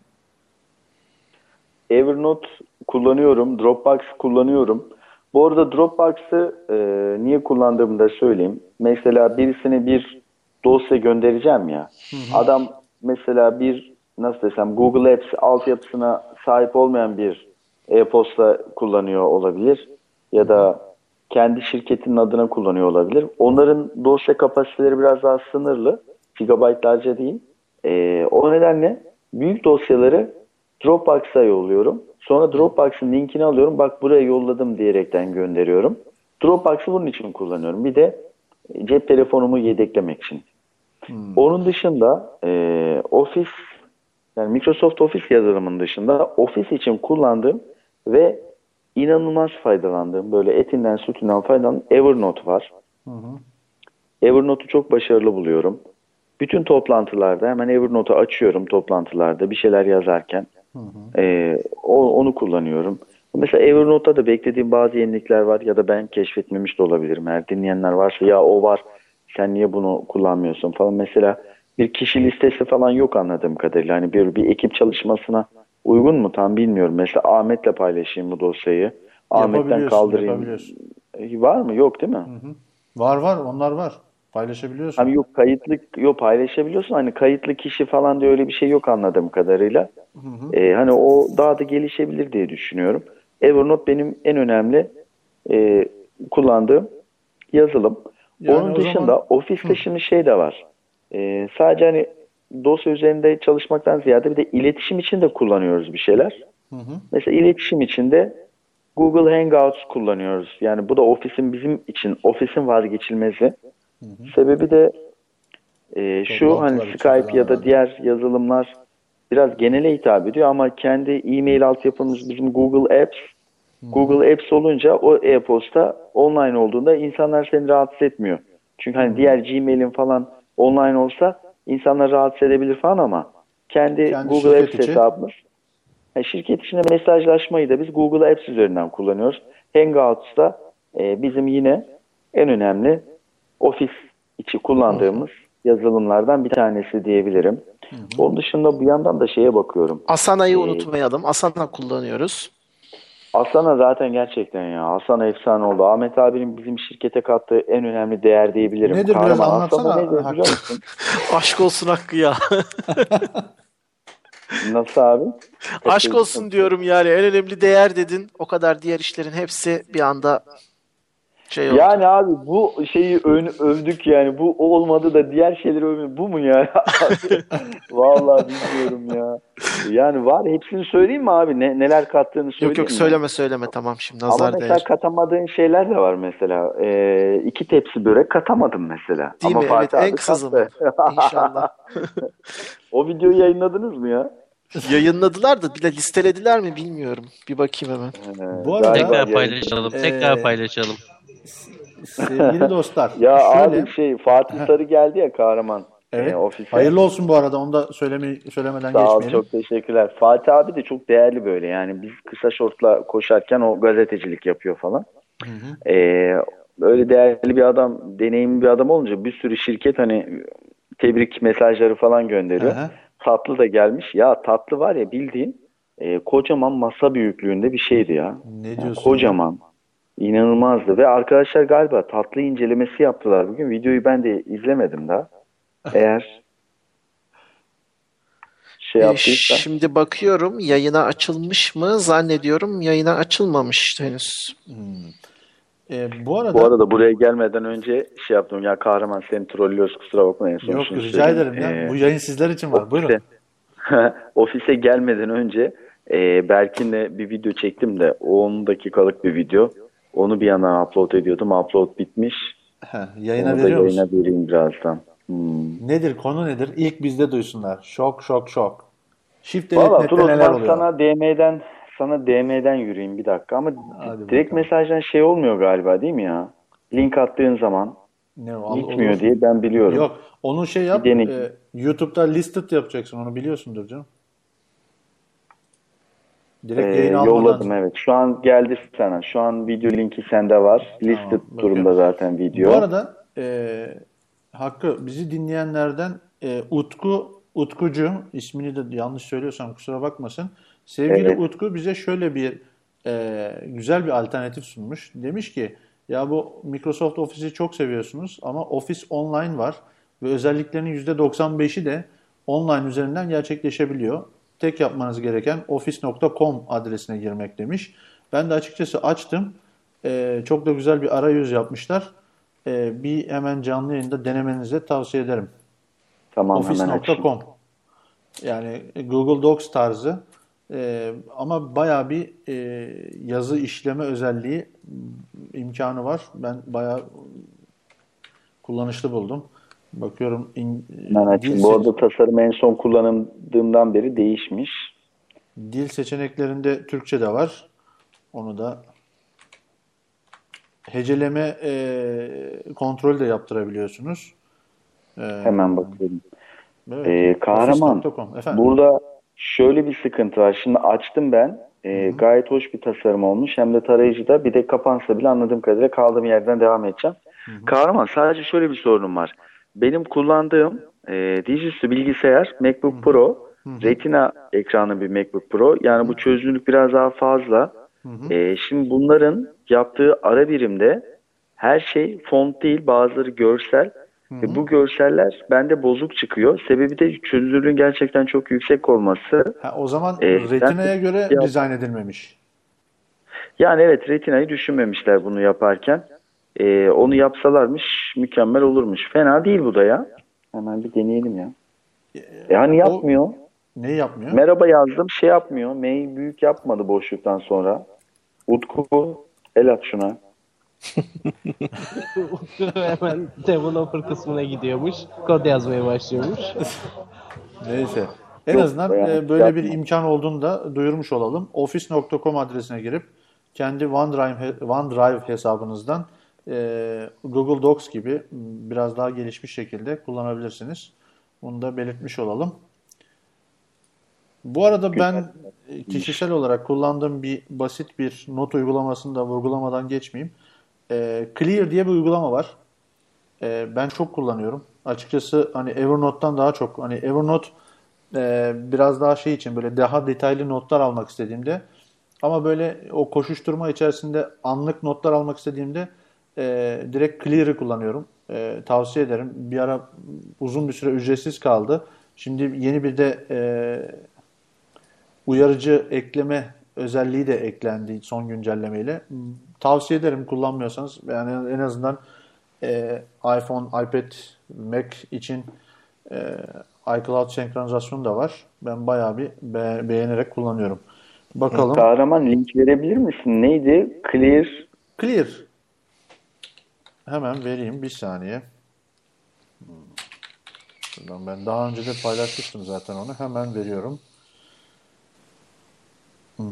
Evernote kullanıyorum, Dropbox kullanıyorum. Bu arada Dropbox'ı e, niye kullandığımı da söyleyeyim. Mesela birisine bir dosya göndereceğim ya. Hı hı. Adam mesela bir, nasıl desem, Google Apps altyapısına sahip olmayan bir e-posta kullanıyor olabilir. Ya da kendi şirketinin adına kullanıyor olabilir. Onların dosya kapasiteleri biraz daha sınırlı. Gigabaytlarca değil. E, o nedenle büyük dosyaları Dropbox'a yolluyorum. Sonra Dropbox'ın linkini alıyorum. Bak buraya yolladım diyerekten gönderiyorum. Dropbox'ı bunun için kullanıyorum. Bir de cep telefonumu yedeklemek için. Hmm. Onun dışında e, Office, yani Microsoft Office yazılımının dışında Office için kullandığım ve inanılmaz faydalandığım, böyle etinden sütünden faydalandığım Evernote var. Hı hı. Evernote'u çok başarılı buluyorum. Bütün toplantılarda hemen Evernote'u açıyorum, toplantılarda bir şeyler yazarken. Hı hı. E, o, onu kullanıyorum. Mesela Evernote'da da beklediğim bazı yenilikler var ya da ben keşfetmemiş de olabilirim. Eğer dinleyenler varsa ya o var, sen niye bunu kullanmıyorsun falan. Mesela bir kişi listesi falan yok anladığım kadarıyla. Hani bir, bir ekip çalışmasına uygun mu tam bilmiyorum. Mesela Ahmet'le paylaşayım bu dosyayı. Ahmet'ten kaldırayım. Var mı? Yok değil mi? Hı hı. Var var, onlar var. Paylaşabiliyorsun. Hani yok kayıtlı, yok paylaşabiliyorsun. Hani kayıtlı kişi falan diye öyle bir şey yok anladığım kadarıyla. Hı hı. Ee, hani o daha da gelişebilir diye düşünüyorum. Evernote benim en önemli e, kullandığım yazılım. Yani onun dışında zaman... Office'te şimdi şey de var. E, sadece hani dosya üzerinde çalışmaktan ziyade bir de iletişim için de kullanıyoruz bir şeyler. Mesela iletişim için de Google Hangouts kullanıyoruz. Yani bu da ofisin bizim için ofisin vazgeçilmezi. Sebebi de e, şu hani Toplantılar için Skype falan ya da herhalde. diğer yazılımlar biraz genele hitap ediyor ama kendi e-mail altyapımız bizim Google Apps. Google Apps olunca o e-posta online olduğunda insanlar seni rahatsız etmiyor. Çünkü hani diğer Gmail'in falan online olsa insanlar rahatsız edebilir falan ama kendi, Kendi Google şirket Apps içi. hesabımız. Yani şirket içinde mesajlaşmayı da biz Google Apps üzerinden kullanıyoruz. Hangouts da e, bizim yine en önemli ofis içi kullandığımız yazılımlardan bir tanesi diyebilirim. Onun dışında bir yandan da şeye bakıyorum. Asana'yı Ee, unutmayalım. Asana kullanıyoruz. Asana zaten gerçekten ya. Asana efsane oldu. Ahmet abinin bizim şirkete kattığı en önemli değer diyebilirim. Nedir? Biraz Kahraman, anlatsana Asana nedir Hakkı. biliyor musun? Aşk olsun Hakkı ya. Nasıl abi? Aşk olsun diyorum yani. En önemli değer dedin. O kadar diğer işlerin hepsi bir anda şey oldu. Yani abi bu şeyi ön- övdük yani. Bu olmadı da diğer şeyleri övdük. Bu mu yani? Abi, vallahi bilmiyorum ya. Yani var. Hepsini söyleyeyim mi abi? Ne, neler kattığını söyleyeyim Yok yok mi? söyleme söyleme tamam şimdi Ama nazar mesela değer. katamadığın şeyler de var mesela. Ee, iki tepsi börek katamadım mesela. Değil Ama mi? Evet Fatih en abi kısa kattı. zaman. İnşallah. O videoyu yayınladınız mı ya? Yayınladılar da bir de listelediler mi bilmiyorum. Bir bakayım hemen. Ee, Bu arada- galiba Tekrar yayın- paylaşalım. Ee, Tekrar paylaşalım. Sevgili dostlar. Ya şöyle, abi şey Fatih Sarı geldi ya kahraman evet. e, ofise. Hayırlı olsun bu arada. Onu da söyleme, söylemeden Sağ ol, geçmeyelim. çok teşekkürler. Fatih abi de çok değerli böyle yani biz kısa şortla koşarken o gazetecilik yapıyor falan. Ee, öyle değerli bir adam, deneyimli bir adam olunca bir sürü şirket hani tebrik mesajları falan gönderiyor. Hı hı. Tatlı da gelmiş. Ya tatlı var ya bildiğin e, kocaman masa büyüklüğünde bir şeydi ya. Ne Yani diyorsun kocaman. İnanılmazdı ve arkadaşlar galiba tatlı incelemesi yaptılar bugün. Videoyu ben de izlemedim daha. Eğer şey Ee, yaptıysa. şimdi bakıyorum yayına açılmış mı? Zannediyorum yayına açılmamış henüz. Ee, bu arada, Bu arada buraya gelmeden önce şey yaptım ya kahraman seni trollüyoruz kusura bakma en son yok şunu rica söyleyeyim. ederim ya. Ee, Bu yayın sizler için var. Buyurun. ofise, ofise gelmeden önce e, Berkin'le bir video çektim de on dakikalık bir video. Onu bir yandan upload ediyordum. Upload bitmiş. Heh, yayına Onu da veriyor yayına musun? vereyim birazdan. Hmm. Nedir? Konu nedir? İlk bizde duysunlar. Şok şok şok. Shift Valla Delete dur Net'te o neler zaman oluyor? sana D M'den sana D M'den yürüyeyim bir dakika ama Hadi direkt bakalım. mesajdan şey olmuyor galiba değil mi ya? Link attığın zaman Ne o? Al- gitmiyor olur. diye ben biliyorum. Yok. Onu şey yap. Bir deney. e, YouTube'da listed yapacaksın. Onu biliyorsundur canım. Direkt Ee, yayın almadan. yolladım evet. Şu an geldi sana. Şu an video linki sende var. Listed bakıyorum. durumda zaten video. Bu arada e, Hakkı bizi dinleyenlerden e, Utku Utkucu ismini de yanlış söylüyorsam kusura bakmasın. Sevgili Evet. Utku bize şöyle bir e, güzel bir alternatif sunmuş. Demiş ki ya bu Microsoft Office'i çok seviyorsunuz ama Office Online var ve özelliklerinin yüzde doksan beşi de online üzerinden gerçekleşebiliyor. Tek yapmanız gereken office nokta com adresine girmek demiş. Ben de açıkçası açtım. E, çok da güzel bir arayüz yapmışlar. E, bir hemen canlı yayında denemenizi tavsiye ederim. Tamam office hemen nokta açayım. com yani Google Docs tarzı e, ama bayağı bir e, yazı işleme özelliği imkanı var. Ben bayağı kullanışlı buldum. Bakıyorum in, Hemen açayım. dil, Bu se- arada tasarım en son kullandığımdan beri değişmiş. dil seçeneklerinde Türkçe de var. Onu da heceleme e, kontrol de yaptırabiliyorsunuz. E, Hemen bakıyorum. evet, Ee, kahraman office nokta com. Efendim? burada şöyle bir sıkıntı var. Şimdi açtım ben. Ee, gayet hoş bir tasarım olmuş. Hem de tarayıcıda bir de kapansa bile anladığım kadarıyla kaldığım yerden devam edeceğim. Kahraman sadece şöyle bir sorunum var. Benim kullandığım e, dizüstü bilgisayar MacBook Pro. Retina ekranlı bir MacBook Pro. Yani bu çözünürlük biraz daha fazla. E, şimdi bunların yaptığı ara birimde her şey font değil bazıları görsel. Ve bu görseller bende bozuk çıkıyor. Sebebi de çözünürlüğün gerçekten çok yüksek olması. Ha, o zaman Ee, Retina'ya ben- göre Ya- dizayn edilmemiş. Yani evet Retina'yı düşünmemişler bunu yaparken. Ee, onu yapsalarmış mükemmel olurmuş. Fena değil bu da ya. Hemen bir deneyelim ya. Yani O- yapmıyor. Neyi yapmıyor? Merhaba yazdım, şey yapmıyor. Mail büyük yapmadı boşluktan sonra. Utku, el at şuna. Hemen developer kısmına gidiyormuş. Kod yazmaya başlıyormuş. Neyse. En Yok, azından yani e, böyle bir yapma. imkan olduğunu da duyurmuş olalım. office nokta com adresine girip kendi OneDrive, OneDrive hesabınızdan e, Google Docs gibi biraz daha gelişmiş şekilde kullanabilirsiniz. Bunu da belirtmiş olalım. Bu arada ben e, kişisel olarak kullandığım bir basit bir not uygulamasını da vurgulamadan geçmeyeyim. E, Clear diye bir uygulama var. E, ben çok kullanıyorum. Açıkçası hani Evernote'tan daha çok hani Evernote e, biraz daha şey için böyle daha detaylı notlar almak istediğimde ama böyle o koşuşturma içerisinde anlık notlar almak istediğimde e, direkt Clear'ı kullanıyorum. E, tavsiye ederim. Bir ara uzun bir süre ücretsiz kaldı. Şimdi yeni bir de e, uyarıcı ekleme özelliği de eklendi son güncellemeyle. Tavsiye ederim kullanmıyorsanız. Yani en azından e, iPhone, iPad, Mac için e, iCloud senkronizasyonu da var. Ben bayağı bir be- beğenerek kullanıyorum. Bakalım. Kahraman link verebilir misin? Neydi? Clear. Clear. Hemen vereyim bir saniye. Hmm. Şuradan ben daha önce de paylaşmıştım zaten onu. Hemen veriyorum. Hmm.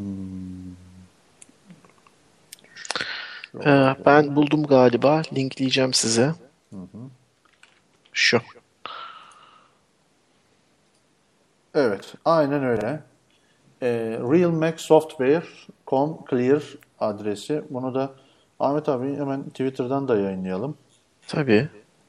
Ee, ben buldum galiba. Linkleyeceğim size. Şu. Evet, aynen öyle. Ee, Real Mac Software nokta com Clear adresi. Bunu da Ahmet abi hemen Twitter'dan da yayınlayalım. Tabii.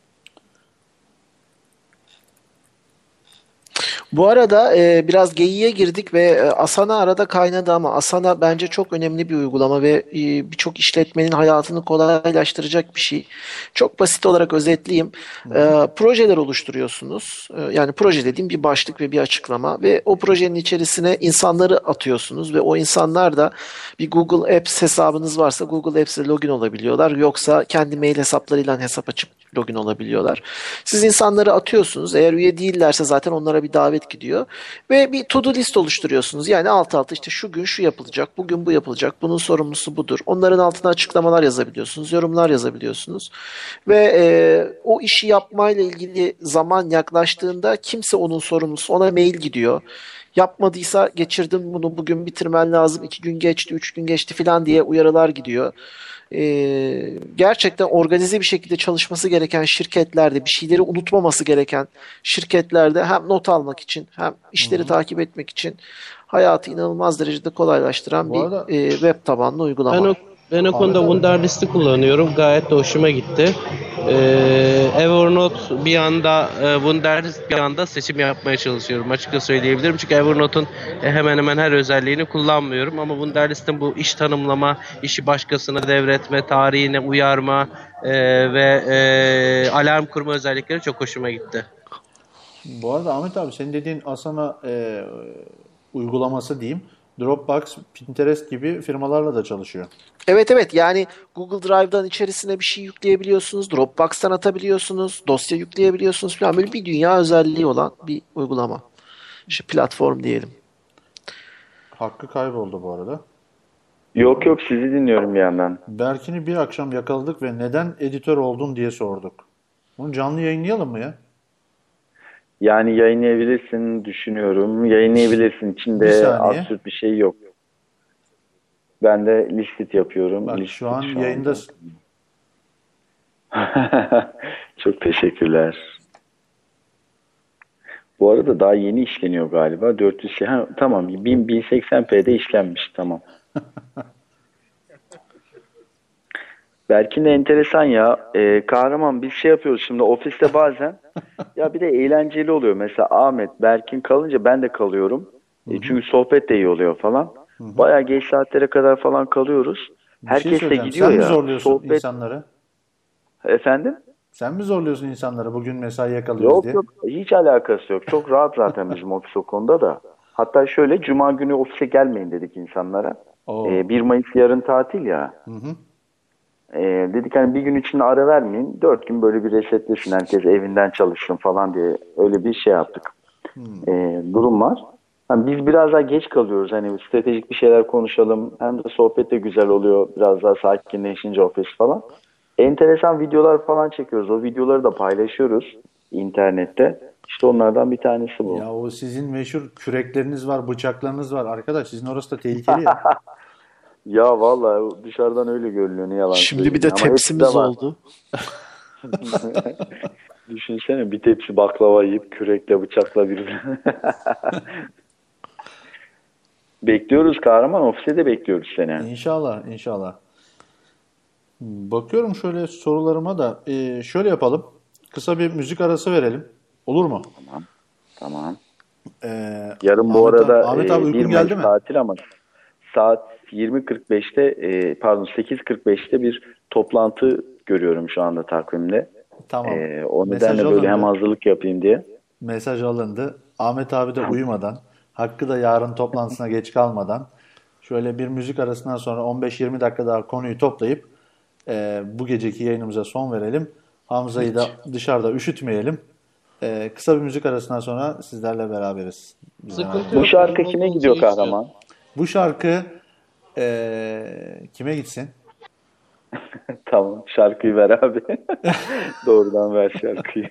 Bu arada e, biraz geyiğe girdik ve e, Asana arada kaynadı ama Asana bence çok önemli bir uygulama ve e, birçok işletmenin hayatını kolaylaştıracak bir şey. Çok basit olarak özetleyeyim. E, projeler oluşturuyorsunuz. E, yani proje dediğim bir başlık ve bir açıklama ve o projenin içerisine insanları atıyorsunuz ve o insanlar da bir Google Apps hesabınız varsa Google Apps'e login olabiliyorlar. Yoksa kendi mail hesaplarıyla hesap açıp login olabiliyorlar. Siz insanları atıyorsunuz. Eğer üye değillerse zaten onlara bir davet gidiyor. Ve bir to-do list oluşturuyorsunuz. Yani alt alta işte şu gün şu yapılacak, bugün bu yapılacak, bunun sorumlusu budur. Onların altına açıklamalar yazabiliyorsunuz, yorumlar yazabiliyorsunuz. Ve e, o işi yapmayla ilgili zaman yaklaştığında kimse onun sorumlusu, ona mail gidiyor. Yapmadıysa geçirdim bunu, bugün bitirmen lazım, iki gün geçti, üç gün geçti falan diye uyarılar gidiyor. Ee, gerçekten organize bir şekilde çalışması gereken şirketlerde, bir şeyleri unutmaması gereken şirketlerde hem not almak için hem işleri takip etmek için hayatı inanılmaz derecede kolaylaştıran Bu bir arada- e, web tabanlı uygulama. Ben o ben o konuda Wunderlist'i kullanıyorum. Gayet de hoşuma gitti. Ee, Evernote bir anda, e, Wunderlist bir anda seçim yapmaya çalışıyorum. Açıkça söyleyebilirim. Çünkü Evernote'un e, hemen hemen her özelliğini kullanmıyorum. Ama Wunderlist'in bu iş tanımlama, işi başkasına devretme, tarihine uyarma e, ve e, alarm kurma özellikleri çok hoşuma gitti. Bu arada Ahmet abi senin dediğin Asana e, uygulaması diyeyim. Dropbox, Pinterest gibi firmalarla da çalışıyor. Evet evet, yani Google Drive'dan içerisine bir şey yükleyebiliyorsunuz. Dropbox'tan atabiliyorsunuz. Dosya yükleyebiliyorsunuz falan. Böyle bir dünya özelliği olan bir uygulama. İşte platform diyelim. Hakkı kayboldu bu arada. Yok yok, sizi dinliyorum bir yandan. Berkin'i bir akşam yakaladık ve neden editör oldun diye sorduk. Bunu canlı yayınlayalım mı ya? Yani yayınlayabilirsin düşünüyorum. Yayınlayabilirsin. Bir İçinde saniye. absürt bir şey yok. Ben de listit yapıyorum. Bak Listit şu an anda. yayındasın. Çok teşekkürler. Bu arada daha yeni işleniyor galiba. dört yüz şey. Ha, tamam. bin seksen p'de işlenmiş. Tamam. Berkin de enteresan ya. Ee, kahraman biz şey yapıyoruz şimdi ofiste bazen. Ya bir de eğlenceli oluyor. Mesela Ahmet, Berkin kalınca ben de kalıyorum. E, çünkü sohbet de iyi oluyor falan. Bayağı geç saatlere kadar falan kalıyoruz. Bir şey Herkes de söyleyeceğim. gidiyor Sen mi ya. zorluyorsun Sohbet... insanları? Efendim? Sen mi zorluyorsun insanları bugün mesaiye kalıyoruz Yok diye? yok, hiç alakası yok. Çok rahat zaten bizim ofis o konuda da. Hatta şöyle cuma günü ofise gelmeyin dedik insanlara. Oo. Ee, bir Mayıs yarın tatil ya. Hı hı. Ee, dedik hani bir gün içinde ara vermeyin. Dört gün böyle bir resetlesin, herkes evinden çalışsın falan diye öyle bir şey yaptık. Ee, durum var. Hani biz biraz daha geç kalıyoruz. Hani stratejik bir şeyler konuşalım. Hem de sohbet de güzel oluyor. Biraz daha sakinleşince ofis falan. Enteresan videolar falan çekiyoruz. O videoları da paylaşıyoruz internette. İşte onlardan bir tanesi bu. Ya o sizin meşhur kürekleriniz var, bıçaklarınız var. Arkadaş sizin orası da tehlikeli ya. Ya vallahi dışarıdan öyle görünüyor, ne yalan Şimdi söyleyeyim. bir de Ama hepsi tepsimiz de var. oldu. Düşünsene bir tepsi baklava yiyip kürekle bıçakla birbirine. Bekliyoruz kahraman, ofise de bekliyoruz seni. İnşallah, inşallah. Bakıyorum şöyle sorularıma da. Ee, şöyle yapalım. Kısa bir müzik arası verelim. Olur mu? Tamam. Tamam. Ee, Yarın bu Ahmet abi- arada Ahmet e, abi uykun bir geldi Mayıs mi? tatil ama saat yirmi kırk beşte e, pardon sekiz kırk beşte bir toplantı görüyorum şu anda takvimde. Tamam. E, o Mesaj nedenle böyle hem alındı. hazırlık yapayım diye. Mesaj alındı. Ahmet abi de uyumadan, Hakkı da yarın toplantısına geç kalmadan şöyle bir müzik arasından sonra on beş yirmi dakika daha konuyu toplayıp e, bu geceki yayınımıza son verelim. Hamza'yı da dışarıda üşütmeyelim. E, kısa bir müzik arasından sonra sizlerle beraberiz. Bizden Sıkıntı ayrılmayın. Bu şarkı kime gidiyor kahraman? Bu şarkı e, kime gitsin? Tamam, şarkıyı ver abi. Doğrudan ver şarkıyı.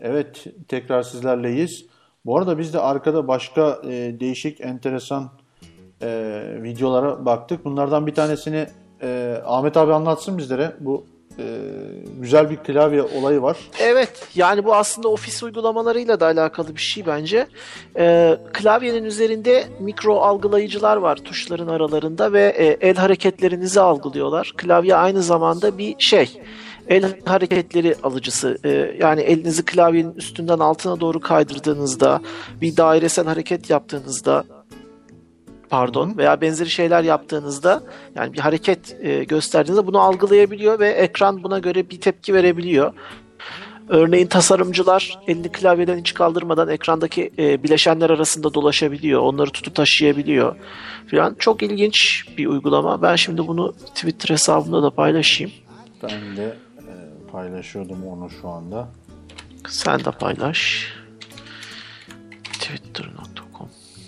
Evet, tekrar sizlerleyiz. Bu arada biz de arkada başka e, değişik, enteresan e, videolara baktık. Bunlardan bir tanesini e, Ahmet abi anlatsın bizlere. Bu e, güzel bir klavye olayı var. Evet, yani bu aslında ofis uygulamalarıyla da alakalı bir şey bence. Ee, klavyenin üzerinde mikro algılayıcılar var tuşların aralarında ve e, el hareketlerinizi algılıyorlar. Klavye aynı zamanda bir şey. El hareketleri alıcısı. Ee, yani elinizi klavyenin üstünden altına doğru kaydırdığınızda, bir dairesel hareket yaptığınızda, pardon veya benzeri şeyler yaptığınızda, yani bir hareket e, gösterdiğinizde bunu algılayabiliyor ve ekran buna göre bir tepki verebiliyor. Örneğin tasarımcılar elini klavyeden hiç kaldırmadan ekrandaki e, bileşenler arasında dolaşabiliyor. Onları tutup taşıyabiliyor falan. Çok ilginç bir uygulama. Ben şimdi bunu Twitter hesabımda da paylaşayım. Ben de e, paylaşıyordum onu şu anda. Sen de paylaş. twitter nokta com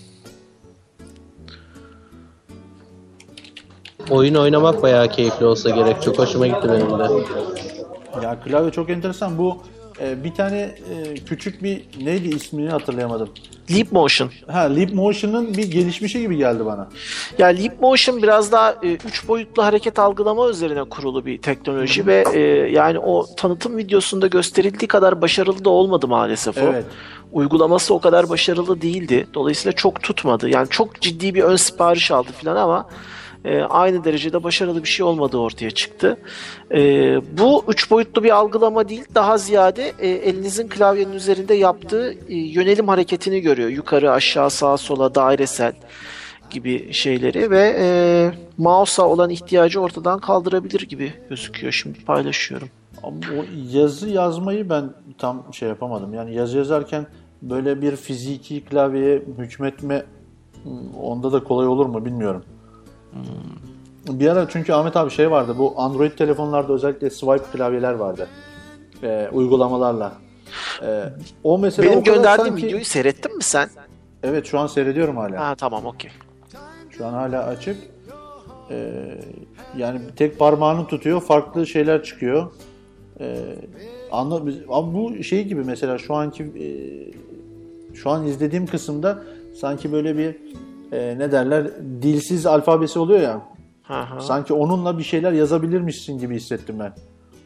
Oyun oynamak bayağı keyifli olsa gerek. Çok hoşuma gitti benim de. Ya klavye çok enteresan. Bu e, bir tane e, küçük bir neydi ismini hatırlayamadım. Leap Motion. Ha, Leap Motion'ın bir gelişmişi gibi geldi bana. Ya Leap Motion biraz daha e, üç boyutlu hareket algılama üzerine kurulu bir teknoloji ve e, yani o tanıtım videosunda gösterildiği kadar başarılı da olmadı maalesef o. Evet. Uygulaması o kadar başarılı değildi. Dolayısıyla çok tutmadı. Yani çok ciddi bir ön sipariş aldı falan ama e, aynı derecede başarılı bir şey olmadığı ortaya çıktı. E, bu üç boyutlu bir algılama değil, daha ziyade e, elinizin klavyenin üzerinde yaptığı e, yönelim hareketini görüyor. Yukarı, aşağı, sağa, sola, dairesel gibi şeyleri ve e, mouse'a olan ihtiyacı ortadan kaldırabilir gibi gözüküyor. Şimdi paylaşıyorum. Ama o yazı yazmayı ben tam şey yapamadım. Yani yazı yazarken böyle bir fiziki klavyeye hükmetme onda da kolay olur mu bilmiyorum. Hmm. Bir ara çünkü Ahmet abi şey vardı. Bu Android telefonlarda özellikle swipe klavyeler vardı. Ee, uygulamalarla. Ee, o mesela Benim o kadar gönderdiğim sanki... videoyu seyrettin mi sen? Evet, şu an seyrediyorum hala. Ha tamam, okey. Şu an hala açık. Ee, yani tek parmağını tutuyor, farklı şeyler çıkıyor. Ee, anla, ama bu şey gibi mesela şu anki e, şu an izlediğim kısımda sanki böyle bir e, ne derler dilsiz alfabesi oluyor ya. Aha. Sanki onunla bir şeyler yazabilirmişsin gibi hissettim ben.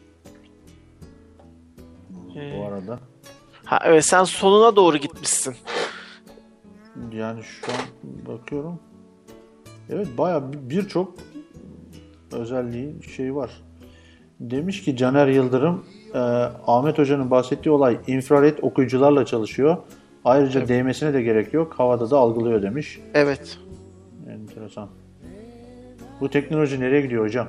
Ee, bu arada. Ha evet, sen sonuna doğru gitmişsin. Yani şu an bakıyorum. Evet, bayağı birçok özelliği şey var. Demiş ki Caner Yıldırım, e, Ahmet Hoca'nın bahsettiği olay infrared okuyucularla çalışıyor. Ayrıca evet, değmesine de gerek yok. Havada da algılıyor demiş. Evet. Enteresan. Bu teknoloji nereye gidiyor hocam?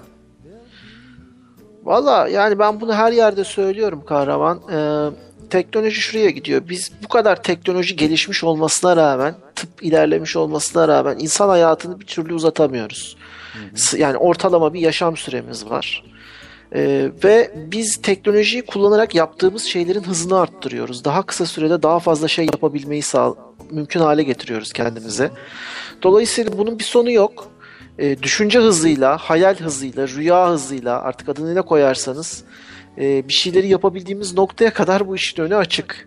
Valla yani ben bunu her yerde söylüyorum Kahraman. Ee, teknoloji şuraya gidiyor. Biz bu kadar teknoloji gelişmiş olmasına rağmen, tıp ilerlemiş olmasına rağmen insan hayatını bir türlü uzatamıyoruz. Hı hı. Yani ortalama bir yaşam süremiz var. Ee, ve biz teknolojiyi kullanarak yaptığımız şeylerin hızını arttırıyoruz. Daha kısa sürede daha fazla şey yapabilmeyi sağ, mümkün hale getiriyoruz kendimize. Dolayısıyla bunun bir sonu yok. Ee, düşünce hızıyla, hayal hızıyla, rüya hızıyla, artık adını ne koyarsanız e, bir şeyleri yapabildiğimiz noktaya kadar bu işin önü açık.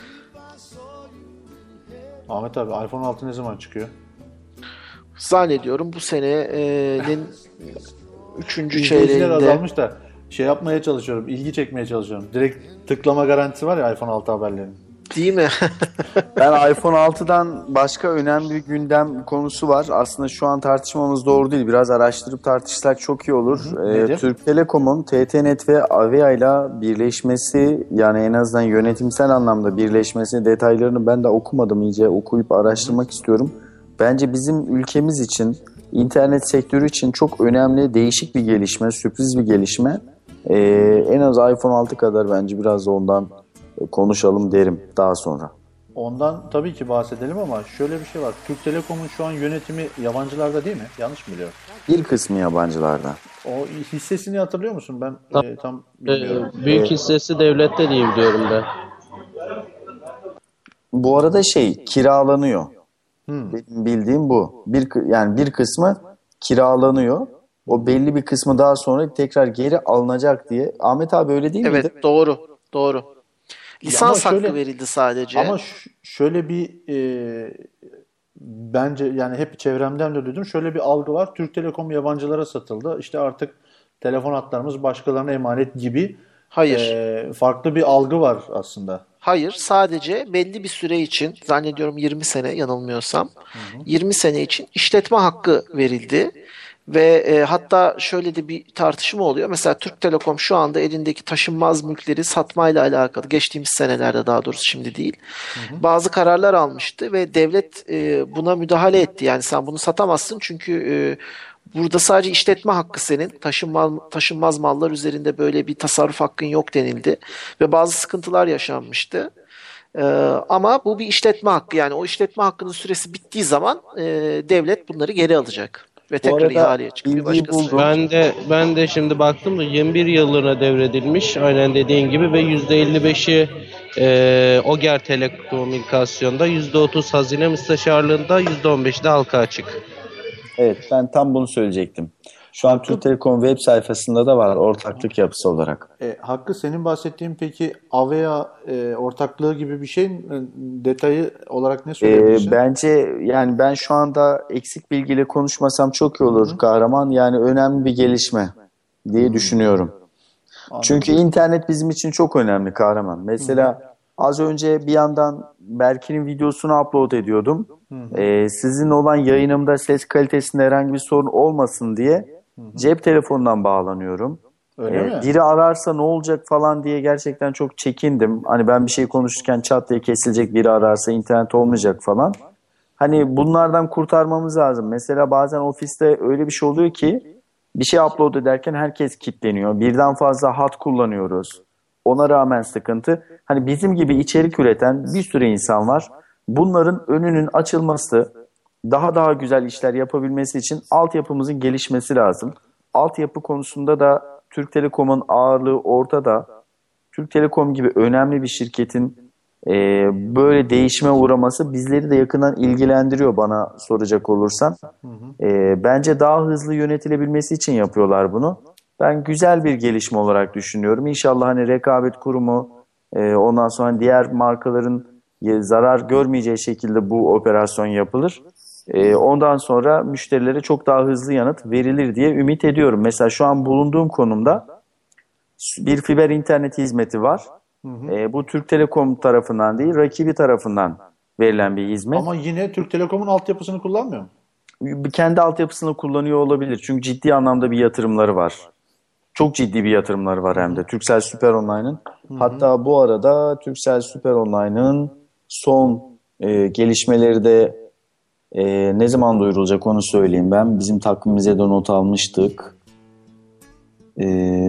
Ahmet abi, iPhone altı ne zaman çıkıyor? Zannediyorum bu senenin üçüncü İzleyiciler çeyreğinde. azalmış da şey yapmaya çalışıyorum, ilgi çekmeye çalışıyorum. Direkt tıklama garantisi var ya iPhone altı haberlerinin. Değil mi? Ben iPhone altıdan başka önemli bir gündem konusu var. Aslında şu an tartışmamız doğru değil. Biraz araştırıp tartışsak çok iyi olur. Ee, Türk Telekom'un T T Net ve Avea ile birleşmesi, yani en azından yönetimsel anlamda birleşmesi, detaylarını ben de okumadım, iyice okuyup araştırmak Hı. istiyorum. Bence bizim ülkemiz için, internet sektörü için çok önemli, değişik bir gelişme, sürpriz bir gelişme. Ee, en az iPhone altı kadar bence biraz da ondan konuşalım derim daha sonra. Ondan tabii ki bahsedelim ama şöyle bir şey var. Türk Telekom'un şu an yönetimi yabancılarda değil mi? Yanlış mı biliyorum? Bir kısmı yabancılarda. O hissesini hatırlıyor musun? Ben tam, e, tam bilmiyorum. E, büyük hissesi devlette diye biliyorum ben. Bu arada şey kiralanıyor. Hmm. Benim bildiğim bu. Bir yani bir kısmı kiralanıyor. O belli bir kısmı daha sonra tekrar geri alınacak diye. Ahmet abi öyle değil evet, miydi? Evet, doğru. Doğru. Lisans Ama şöyle- hakkı verildi sadece. Ama ş- şöyle bir e, bence yani hep çevremden de duydum. Şöyle bir algı var. Türk Telekom yabancılara satıldı. İşte artık telefon hatlarımız başkalarına emanet gibi Hayır. e, farklı bir algı var aslında. Hayır, sadece belli bir süre için, zannediyorum yirmi sene yanılmıyorsam, yirmi sene için işletme hakkı verildi. Ve e, hatta şöyle de bir tartışma oluyor. Mesela Türk Telekom şu anda elindeki taşınmaz mülkleri satmayla alakalı, geçtiğimiz senelerde daha doğrusu, şimdi değil, bazı kararlar almıştı ve devlet e, buna müdahale etti. Yani sen bunu satamazsın çünkü e, burada sadece işletme hakkı senin, taşınmaz, taşınmaz mallar üzerinde böyle bir tasarruf hakkın yok denildi ve bazı sıkıntılar yaşanmıştı. Ee, ama bu bir işletme hakkı, yani o işletme hakkının süresi bittiği zaman e, devlet bunları geri alacak ve tekrar arada ihaleye çıkıyor bilgiyi başkası. buldum. Ben de ben de şimdi baktım da yirmi bir yıllığına devredilmiş aynen dediğin gibi ve yüzde elli beşi e, Oger Telekomünikasyon'da, yüzde otuz Hazine Müsteşarlığında, yüzde on beşi de halka açık. Evet, ben tam bunu söyleyecektim. Şu an Türk Telekom web sayfasında da var ortaklık yapısı olarak. E, Hakkı, senin bahsettiğin peki Avea e, ortaklığı gibi bir şeyin e, detayı olarak ne Ee, söyleyebilirsin? bence yani ben şu anda eksik bilgiyle konuşmasam çok iyi olur Kahraman. Yani önemli bir gelişme diye düşünüyorum. Anladım. Çünkü internet bizim için çok önemli Kahraman. Mesela az önce bir yandan Berkin'in videosunu upload ediyordum. Ee, sizin olan yayınımda ses kalitesinde herhangi bir sorun olmasın diye cep telefonundan bağlanıyorum. Öyle Ee, mi? biri ararsa ne olacak falan diye gerçekten çok çekindim. Hani ben bir şey konuşurken çat diye kesilecek, biri ararsa internet olmayacak falan. Hani bunlardan kurtarmamız lazım. Mesela bazen ofiste öyle bir şey oluyor ki bir şey upload ederken herkes kilitleniyor. Birden fazla hat kullanıyoruz. Ona rağmen sıkıntı. Hani bizim gibi içerik üreten bir sürü insan var. Bunların önünün açılması, daha daha güzel işler yapabilmesi için altyapımızın gelişmesi lazım. Altyapı konusunda da Türk Telekom'un ağırlığı ortada. Türk Telekom gibi önemli bir şirketin e, böyle değişime uğraması bizleri de yakından ilgilendiriyor bana soracak olursan. E, bence daha hızlı yönetilebilmesi için yapıyorlar bunu. Ben güzel bir gelişme olarak düşünüyorum. İnşallah hani rekabet kurumu, e, ondan sonra diğer markaların e, zarar görmeyeceği şekilde bu operasyon yapılır. E, ondan sonra müşterilere çok daha hızlı yanıt verilir diye ümit ediyorum. Mesela şu an bulunduğum konumda bir fiber internet hizmeti var. E, bu Türk Telekom tarafından değil, rakibi tarafından verilen bir hizmet. Ama yine Türk Telekom'un altyapısını kullanmıyor mu? Kendi altyapısını kullanıyor olabilir. Çünkü ciddi anlamda bir yatırımları var. Çok ciddi bir yatırımları var hem de. Turkcell Süper Online'ın. Hatta bu arada Turkcell Süper Online'ın son e, gelişmeleri de e, ne zaman duyurulacak onu söyleyeyim ben. Bizim takvimimize de not almıştık. E,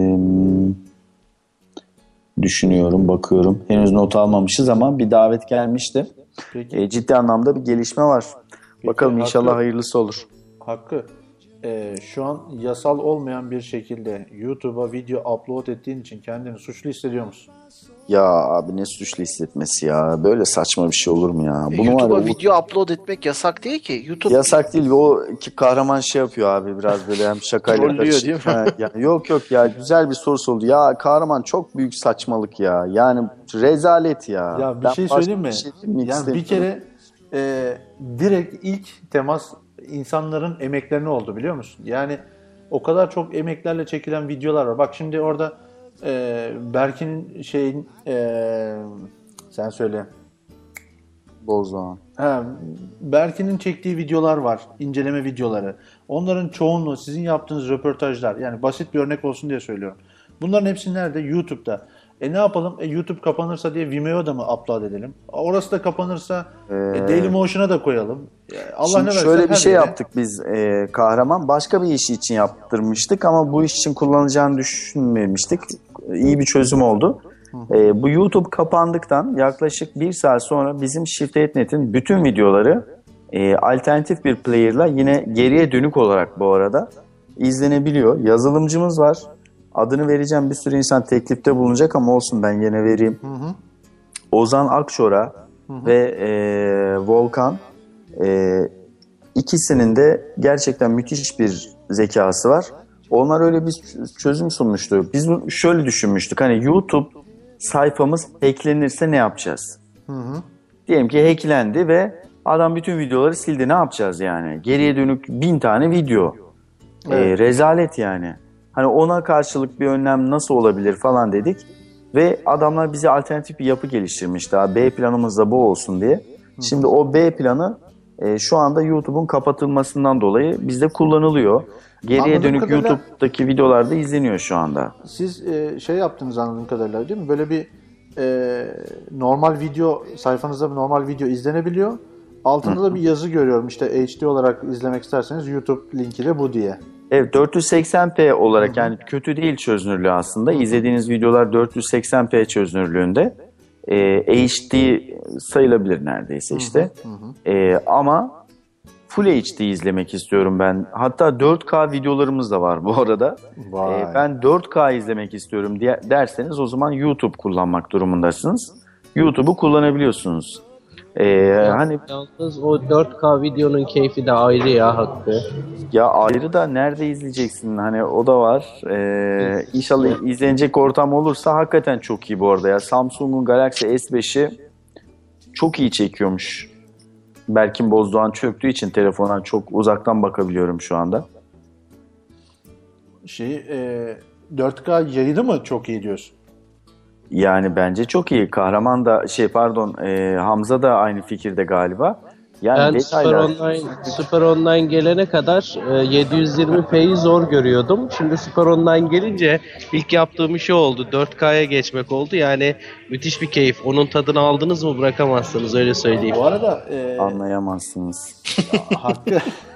düşünüyorum, bakıyorum. Henüz not almamışız ama bir davet gelmişti. Peki. E, ciddi anlamda bir gelişme var. Peki, Bakalım Hakkı- inşallah hayırlısı olur. Hakkı, e, şu an yasal olmayan bir şekilde YouTube'a video upload ettiğin için kendini suçlu hissediyor musun? Ya abi ne suçlu hissetmesi ya. Böyle saçma bir şey olur mu ya? E, Bunu var YouTube'a ya, video upload etmek yasak değil ki. YouTube yasak değil. O ki kahraman şey yapıyor abi biraz böyle hem şakayla Trollüyor karışık. değil mi? Ha, yani yok yok ya güzel bir soru sordu. Ya kahraman çok büyük saçmalık ya. Yani rezalet ya. Ya bir Ben şey başka söyleyeyim mi? bir şey bilmek Yani bir istemiyorum. kere e, direkt ilk temas insanların emeklerine oldu, biliyor musun? Yani o kadar çok emeklerle çekilen videolar var. Bak şimdi orada e, Berkin'in şeyin e, sen söyle. Bozdoğan. Ha, Berkin'in çektiği videolar var, inceleme videoları. Onların çoğunluğu sizin yaptığınız röportajlar. Yani basit bir örnek olsun diye söylüyorum. Bunların hepsi nerede? YouTube'da. E ne yapalım? E, YouTube kapanırsa diye Vimeo'da mı upload edelim? Orası da kapanırsa e, Dailymotion'a da koyalım. E, Allah Şimdi ne verse şöyle bir her şey yere. yaptık biz e, kahraman. Başka bir iş için yaptırmıştık ama bu iş için kullanacağını düşünmemiştik. İyi bir çözüm oldu. E, bu YouTube kapandıktan yaklaşık bir saat sonra bizim Shift.net'in bütün videoları e, alternatif bir player'la yine geriye dönük olarak bu arada izlenebiliyor. Yazılımcımız var. Adını vereceğim, bir sürü insan teklifte bulunacak ama olsun ben yine vereyim. Ozan Akşora ve e, Volkan e, ikisinin de gerçekten müthiş bir zekası var. Onlar öyle bir çözüm sunmuştu. Biz şöyle düşünmüştük. Hani YouTube sayfamız hacklenirse ne yapacağız? Hı hı. Diyelim ki hacklendi ve adam bütün videoları sildi. Ne yapacağız yani? Geriye dönük bin tane video. Evet. E, rezalet yani. Hani ona karşılık bir önlem nasıl olabilir falan dedik. Ve adamlar bize alternatif bir yapı geliştirmiş daha. B planımız da bu olsun diye. Hı. Şimdi o B planı e, şu anda YouTube'un kapatılmasından dolayı bizde kullanılıyor. Geriye Anladığım dönük kadarıyla, YouTube'daki videolarda izleniyor şu anda. Siz e, şey yaptınız anladığım kadarıyla değil mi? Böyle bir e, normal video, sayfanızda bir normal video izlenebiliyor. Altında Hı. da bir yazı görüyorum. İşte H D olarak izlemek isterseniz YouTube linki de bu diye. Evet, dört yüz seksen p olarak, yani kötü değil çözünürlüğü aslında. İzlediğiniz videolar dört yüz seksen p çözünürlüğünde. E, H D sayılabilir neredeyse işte. Hı hı. E, ama Full H D izlemek istiyorum ben. Hatta dört K videolarımız da var bu arada. E, ben dört K izlemek istiyorum diye derseniz o zaman YouTube kullanmak durumundasınız. YouTube'u kullanabiliyorsunuz. Ee, ya, hani yalnız o dört K videonun keyfi de ayrı ya Hakkı. Ya ayrı da nerede izleyeceksin? Hani o da var. Ee, inşallah izlenecek ortam olursa hakikaten çok iyi bu arada ya. Samsung'un Galaxy S beşi çok iyi çekiyormuş. Berkin Bozdoğan çöktüğü için telefona çok uzaktan bakabiliyorum şu anda. Şey, e, dört K yayını mı çok iyi diyorsun? Yani bence çok iyi. Kahraman da şey pardon e, Hamza da aynı fikirde galiba. Yani ben detaylar... Super Online, Super Online gelene kadar e, yedi yüz yirmi p'yi zor görüyordum. Şimdi Super Online gelince ilk yaptığım iş oldu. dört K'ya geçmek oldu. Yani müthiş bir keyif. Onun tadını aldınız mı bırakamazsınız, öyle söyleyeyim. Bu arada e... anlayamazsınız. Hakkı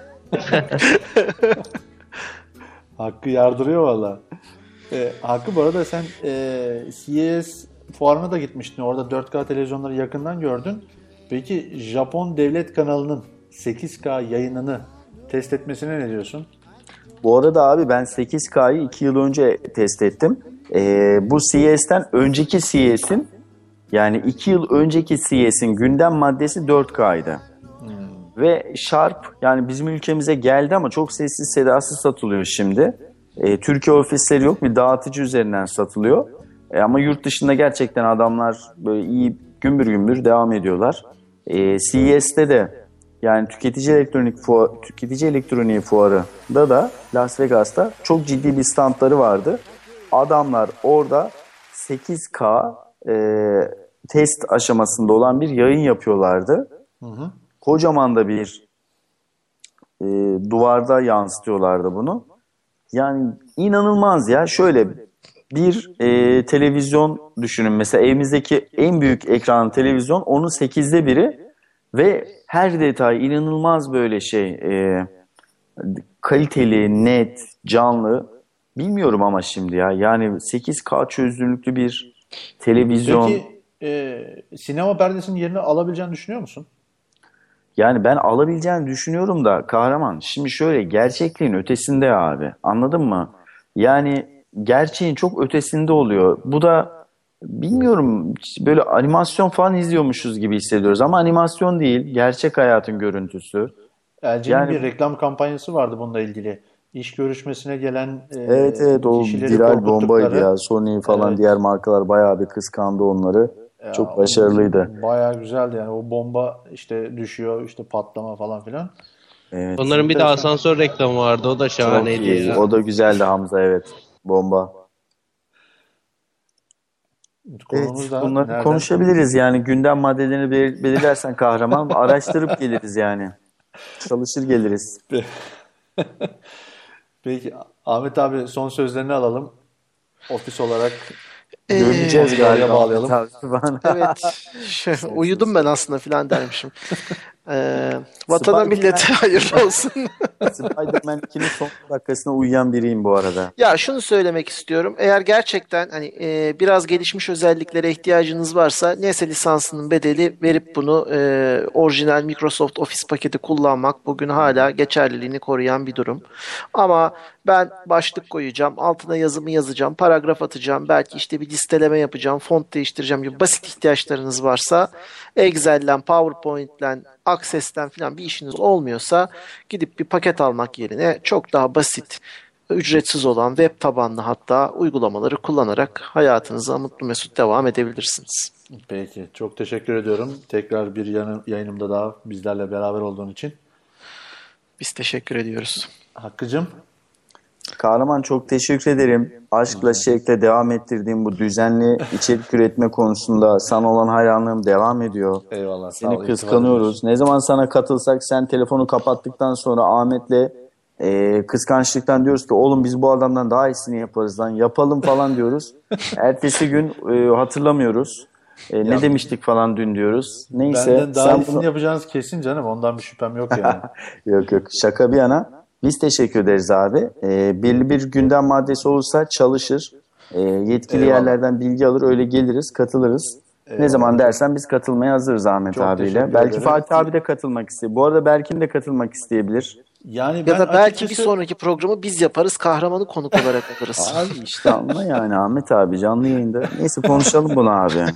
Hakkı yardırıyor valla. E, Hakkı bu arada sen e, C E S fuarına da gitmiştin. Orada dört K televizyonları yakından gördün. Peki Japon devlet kanalının sekiz K yayınını test etmesine ne diyorsun? Bu arada abi ben sekiz K'yı iki yıl önce test ettim. E, bu C E S'ten önceki C E S'in, yani iki yıl önceki C E S'in gündem maddesi dört K'ydı. Hmm. Ve Sharp, yani bizim ülkemize geldi ama çok sessiz sedasız satılıyor şimdi. E, Türkiye ofisleri yok, bir dağıtıcı üzerinden satılıyor. E, ama yurt dışında gerçekten adamlar böyle iyi gümbür gümbür devam ediyorlar. E, C E S'te de, yani tüketici elektronik fuarı, tüketici elektroniği fuarında da Las Vegas'ta çok ciddi bir standları vardı. Adamlar orada sekiz K e, test aşamasında olan bir yayın yapıyorlardı. Hı hı. Kocaman da bir e, duvarda yansıtıyorlardı bunu. Yani inanılmaz ya. Şöyle bir e, televizyon düşünün. Mesela evimizdeki en büyük ekran televizyon, onun sekizde biri ve her detay inanılmaz böyle şey e, kaliteli, net, canlı. Bilmiyorum ama şimdi ya. Yani sekiz K çözünürlüklü bir televizyon. Peki e, sinema perdesinin yerini alabileceğini düşünüyor musun? Yani ben alabileceğini düşünüyorum da Kahraman. Şimdi şöyle, gerçekliğin ötesinde abi. Anladın mı? Yani gerçeğin çok ötesinde oluyor. Bu da bilmiyorum, böyle animasyon falan izliyormuşuz gibi hissediyoruz ama animasyon değil. Gerçek hayatın görüntüsü. L G'nin yani, bir reklam kampanyası vardı bununla ilgili. İş görüşmesine gelen e, evet evet o viral bombaydı ya. Sony falan evet. Diğer markalar bayağı bir kıskandı onları. Ya, çok başarılıydı. Bayağı güzeldi yani. O bomba işte düşüyor, işte patlama falan filan. Evet. Onların bir de asansör reklamı vardı. O da şahaneydi. O da güzeldi Hamza, evet. Bomba. Evet, bunları nereden? Konuşabiliriz yani. Gündem maddelerini belir- belirlersen Kahraman araştırıp geliriz yani. Çalışır geliriz. Peki Ahmet abi, son sözlerini alalım. Ofis olarak Ee, görüneceğiz galiba. Bağlayalım. Evet. Şey, uyudum ben aslında filan dermişim. Ee, vatana millete hayırlı olsun. Spider-Man ikinin son dakikasına uyuyan biriyim bu arada. Ya şunu söylemek istiyorum. Eğer gerçekten hani e, biraz gelişmiş özelliklere ihtiyacınız varsa Nese lisansının bedeli verip bunu e, orijinal Microsoft Office paketi kullanmak bugün hala geçerliliğini koruyan bir durum. Ama ben başlık koyacağım, altına yazımı yazacağım, paragraf atacağım, belki işte bir listeleme yapacağım, font değiştireceğim gibi basit ihtiyaçlarınız varsa, Excel'den, PowerPoint'ten, Access'ten falan bir işiniz olmuyorsa gidip bir paket almak yerine çok daha basit, ücretsiz olan web tabanlı hatta uygulamaları kullanarak hayatınıza mutlu mesut devam edebilirsiniz. Peki. Çok teşekkür ediyorum. Tekrar bir yanı- yayınımda daha bizlerle beraber olduğun için. Biz teşekkür ediyoruz. Hakkı'cığım. Kahraman çok teşekkür ederim. Aşkla şevkle devam ettirdiğim bu düzenli içerik üretme konusunda sana olan hayranlığım devam ediyor. Eyvallah. Sağ Seni ol, kıskanıyoruz. Ne zaman sana katılsak sen telefonu kapattıktan sonra Ahmet'le e, kıskançlıktan diyoruz ki oğlum biz bu adamdan daha iyisini yaparız lan yapalım falan diyoruz. Ertesi gün e, hatırlamıyoruz. E, ne demiştik falan dün diyoruz. Neyse. Benden daha sen iyisini bunu- yapacağınız kesin canım. Ondan bir şüphem yok yani. Yok yok şaka bir yana. Biz teşekkür ederiz abi. Ee, belli bir gündem maddesi olursa çalışır. Ee, yetkili Eyvallah. yerlerden bilgi alır öyle geliriz katılırız. Ne zaman dersen biz katılmaya hazırız Ahmet Çok abiyle. teşekkür Belki ederim. Fatih abi de katılmak istiyor. Bu arada Berkin de katılmak isteyebilir. Yani ben Ya da belki bir açıkçası- sonraki programı biz yaparız, kahramanı konuk olarak alırız. Abi işte anla yani Ahmet abi canlı yayında. Neyse konuşalım bunu abi.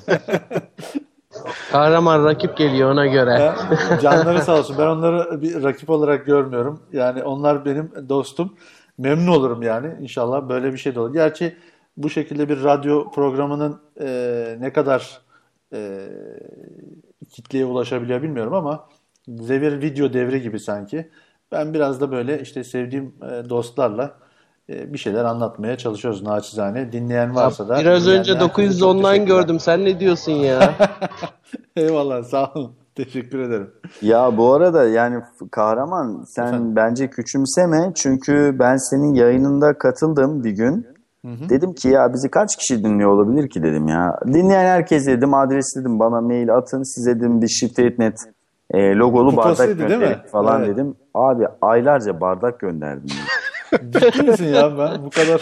Kahraman rakip geliyor ona göre. Ya, canları sağ olsun. Ben onları bir rakip olarak görmüyorum. Yani onlar benim dostum. Memnun olurum yani. İnşallah böyle bir şey de olur. Gerçi bu şekilde bir radyo programının e, ne kadar e, kitleye ulaşabiliyor bilmiyorum ama bir video devri gibi sanki. Ben biraz da böyle işte sevdiğim e, dostlarla e, bir şeyler anlatmaya çalışıyoruz naçizane. Dinleyen varsa da. Biraz önce dinleyenler- dokuz yüz Çok ondan teşekkürler. gördüm. Sen ne diyorsun ya? Eyvallah sağ olun. Teşekkür ederim. Ya bu arada yani Kahraman sen Efendim? bence küçümseme. Çünkü ben senin yayınında katıldım bir gün. Dedim ki ya bizi kaç kişi dinliyor olabilir ki dedim ya. Dinleyen herkes dedim adres dedim bana mail atın size dedim bir Shift.net e, logolu Kupasıydı, bardak değil mi? gönderin falan Evet. dedim. Abi aylarca bardak gönderdim. ya. Ciddi misin ya ben bu kadar?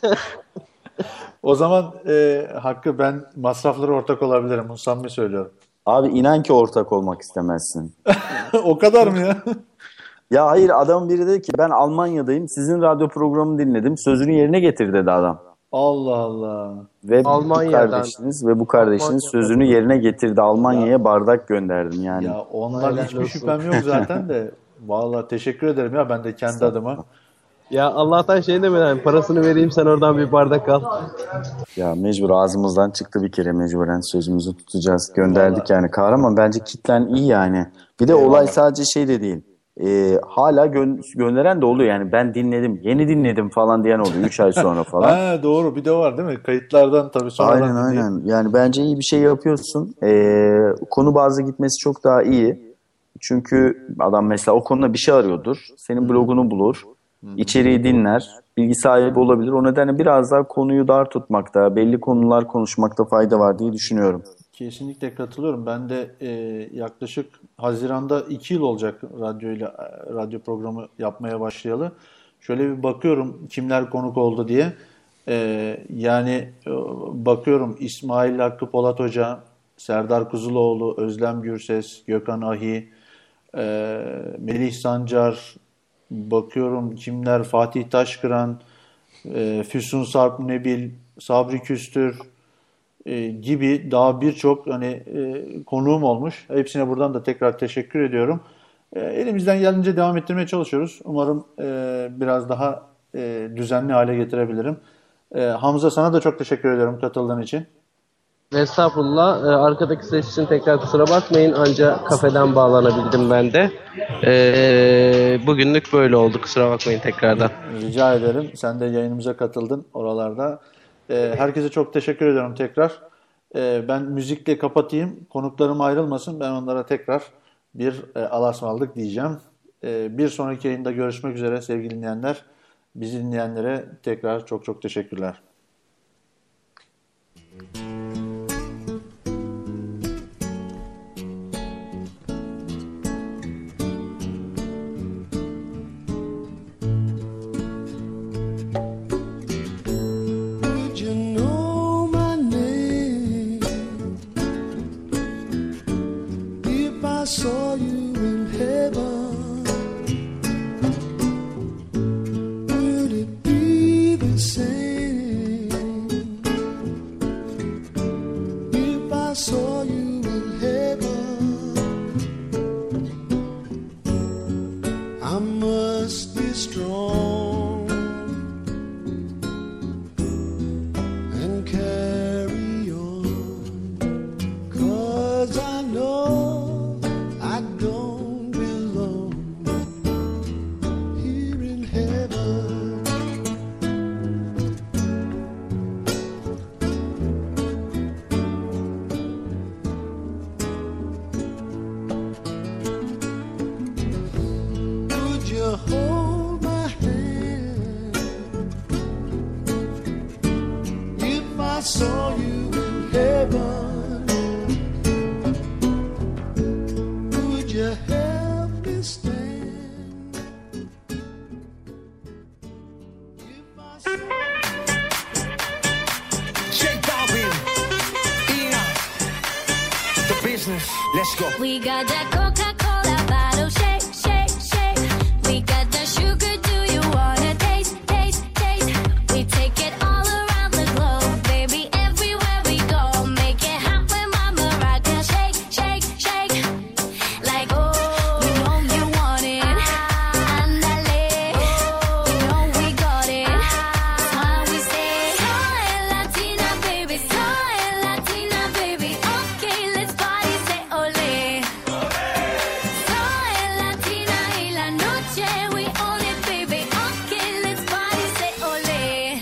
O zaman e, Hakkı ben masraflara ortak olabilirim. Bunu samimi söylüyorum. Abi inan ki ortak olmak istemezsin. O kadar mı ya? Ya hayır adamın biri dedi ki ben Almanya'dayım sizin radyo programını dinledim sözünü yerine getir dedi adam. Allah Allah. Ve bu Almanya'dan. kardeşiniz ve bu kardeşiniz Almanya'dan. sözünü yerine getirdi. Almanya'ya bardak gönderdim yani. Ya ondan Helal hiçbir olsun. şüphem yok zaten de. Vallahi teşekkür ederim ya ben de kendi adıma. Ya Allah'tan şey demeden parasını vereyim sen oradan bir bardak al. Ya mecbur ağzımızdan çıktı bir kere mecburen sözümüzü tutacağız. Gönderdik Vallahi. yani Kahraman bence kitlen iyi yani. Bir de Eyvallah. olay sadece şey de değil. Ee, hala gö- gönderen de oluyor yani ben dinledim yeni dinledim falan diyen oluyor üç ay sonra falan. Ha doğru bir de var değil mi? Kayıtlardan tabii sonradan Aynen dinleyip- aynen. Yani bence iyi bir şey yapıyorsun. Ee, konu bazlı gitmesi çok daha iyi. Çünkü adam mesela o konuda bir şey arıyordur. Senin blogunu bulur. İçeriği dinler. Bilgi sahibi olabilir. O nedenle biraz daha konuyu dar tutmakta, belli konular konuşmakta fayda var diye düşünüyorum. Kesinlikle katılıyorum. Ben de e, yaklaşık Haziran'da iki yıl olacak radyoyla radyo programı yapmaya başlayalı. Şöyle bir bakıyorum kimler konuk oldu diye. E, yani e, bakıyorum İsmail Hakkı Polat Hoca, Serdar Kuzuloğlu, Özlem Gürses, Gökhan Ahi, e, Melih Sancar, bakıyorum kimler Fatih Taşkıran, e, Füsun Sarp Nebil, Sabri Küstür, e, gibi daha birçok hani e, konuğum olmuş. Hepsine buradan da tekrar teşekkür ediyorum. E, elimizden geldiğince devam ettirmeye çalışıyoruz. Umarım e, biraz daha e, düzenli hale getirebilirim. E, Hamza sana da çok teşekkür ediyorum katıldığın için. Estağfurullah. Ee, arkadaki ses için tekrar kusura bakmayın. Anca kafeden bağlanabildim ben de. Ee, bugünlük böyle oldu. Kusura bakmayın tekrardan. Rica ederim. Sen de yayınımıza katıldın oralarda. E, herkese çok teşekkür ediyorum tekrar. E, ben müzikle kapatayım. Konuklarım ayrılmasın. Ben onlara tekrar bir e, alasmaldık diyeceğim. E, bir sonraki yayında görüşmek üzere sevgili dinleyenler. Bizi dinleyenlere tekrar çok çok teşekkürler. Would you know my name if I saw you in heaven? Would it be the same if I saw you in heaven? I must be strong saw you in heaven, would you help me stand? If I saw J Balvin, Ina, the business, let's go. We got that Coca-Cola bottle shake, shake, shake. We got that sugar, do you wanna taste, taste, taste? We take it all around the globe, baby, everywhere we go. Make it hot with my maraca, shake, shake, shake. Like, oh, you know you want it. Andale, you know we got it. That's why we say, soy Latina, baby, soy Latina, baby. Okay, let's party, say ole. Soy Latina y la noche we own it, baby. Okay, let's party, say ole.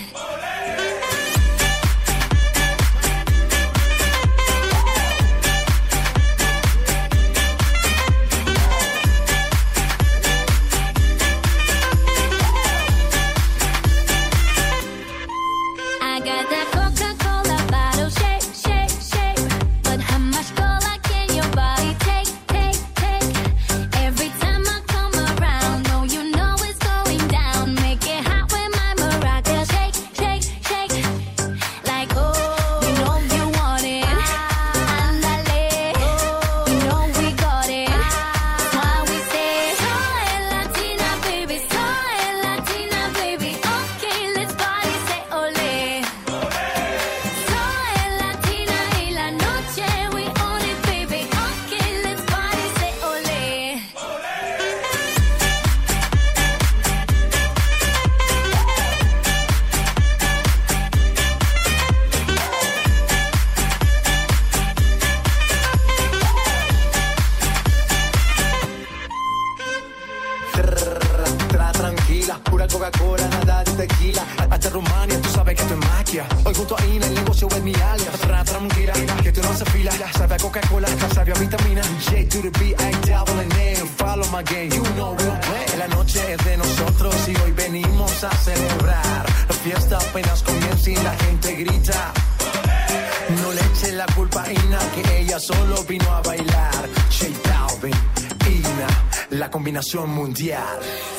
I got that Coca-Cola bottle shake, shake, shake. But how much cola can your body take, take, take? Every time I come around, no, you know it's going down. Make it hot with my maraca, shake, shake, shake. Like, oh, you know you want it. Andale, you know we got it. That's why we say, soy Latina, baby, soy Latina, baby. Okay, let's party, say ole. Soy Latina y la noche we own it, baby. Okay, let's party, say ole. Tra tranquila, pura Coca-Cola, nada de tequila. Hasta Rumania, tú sabes que esto es magia. Hoy junto a Ina, el negocio es mi alias. Tra tranquila, que tú no haces fila. Sabe a Coca-Cola, sabe a vitamina. J to the B, I double N, follow my game, you know we'll play. La noche es de nosotros y hoy venimos a celebrar. La fiesta apenas comienza y la gente grita. No le eche la culpa a Ina, que ella solo vino a bailar. J Balvin, Ina, la combinación mundial.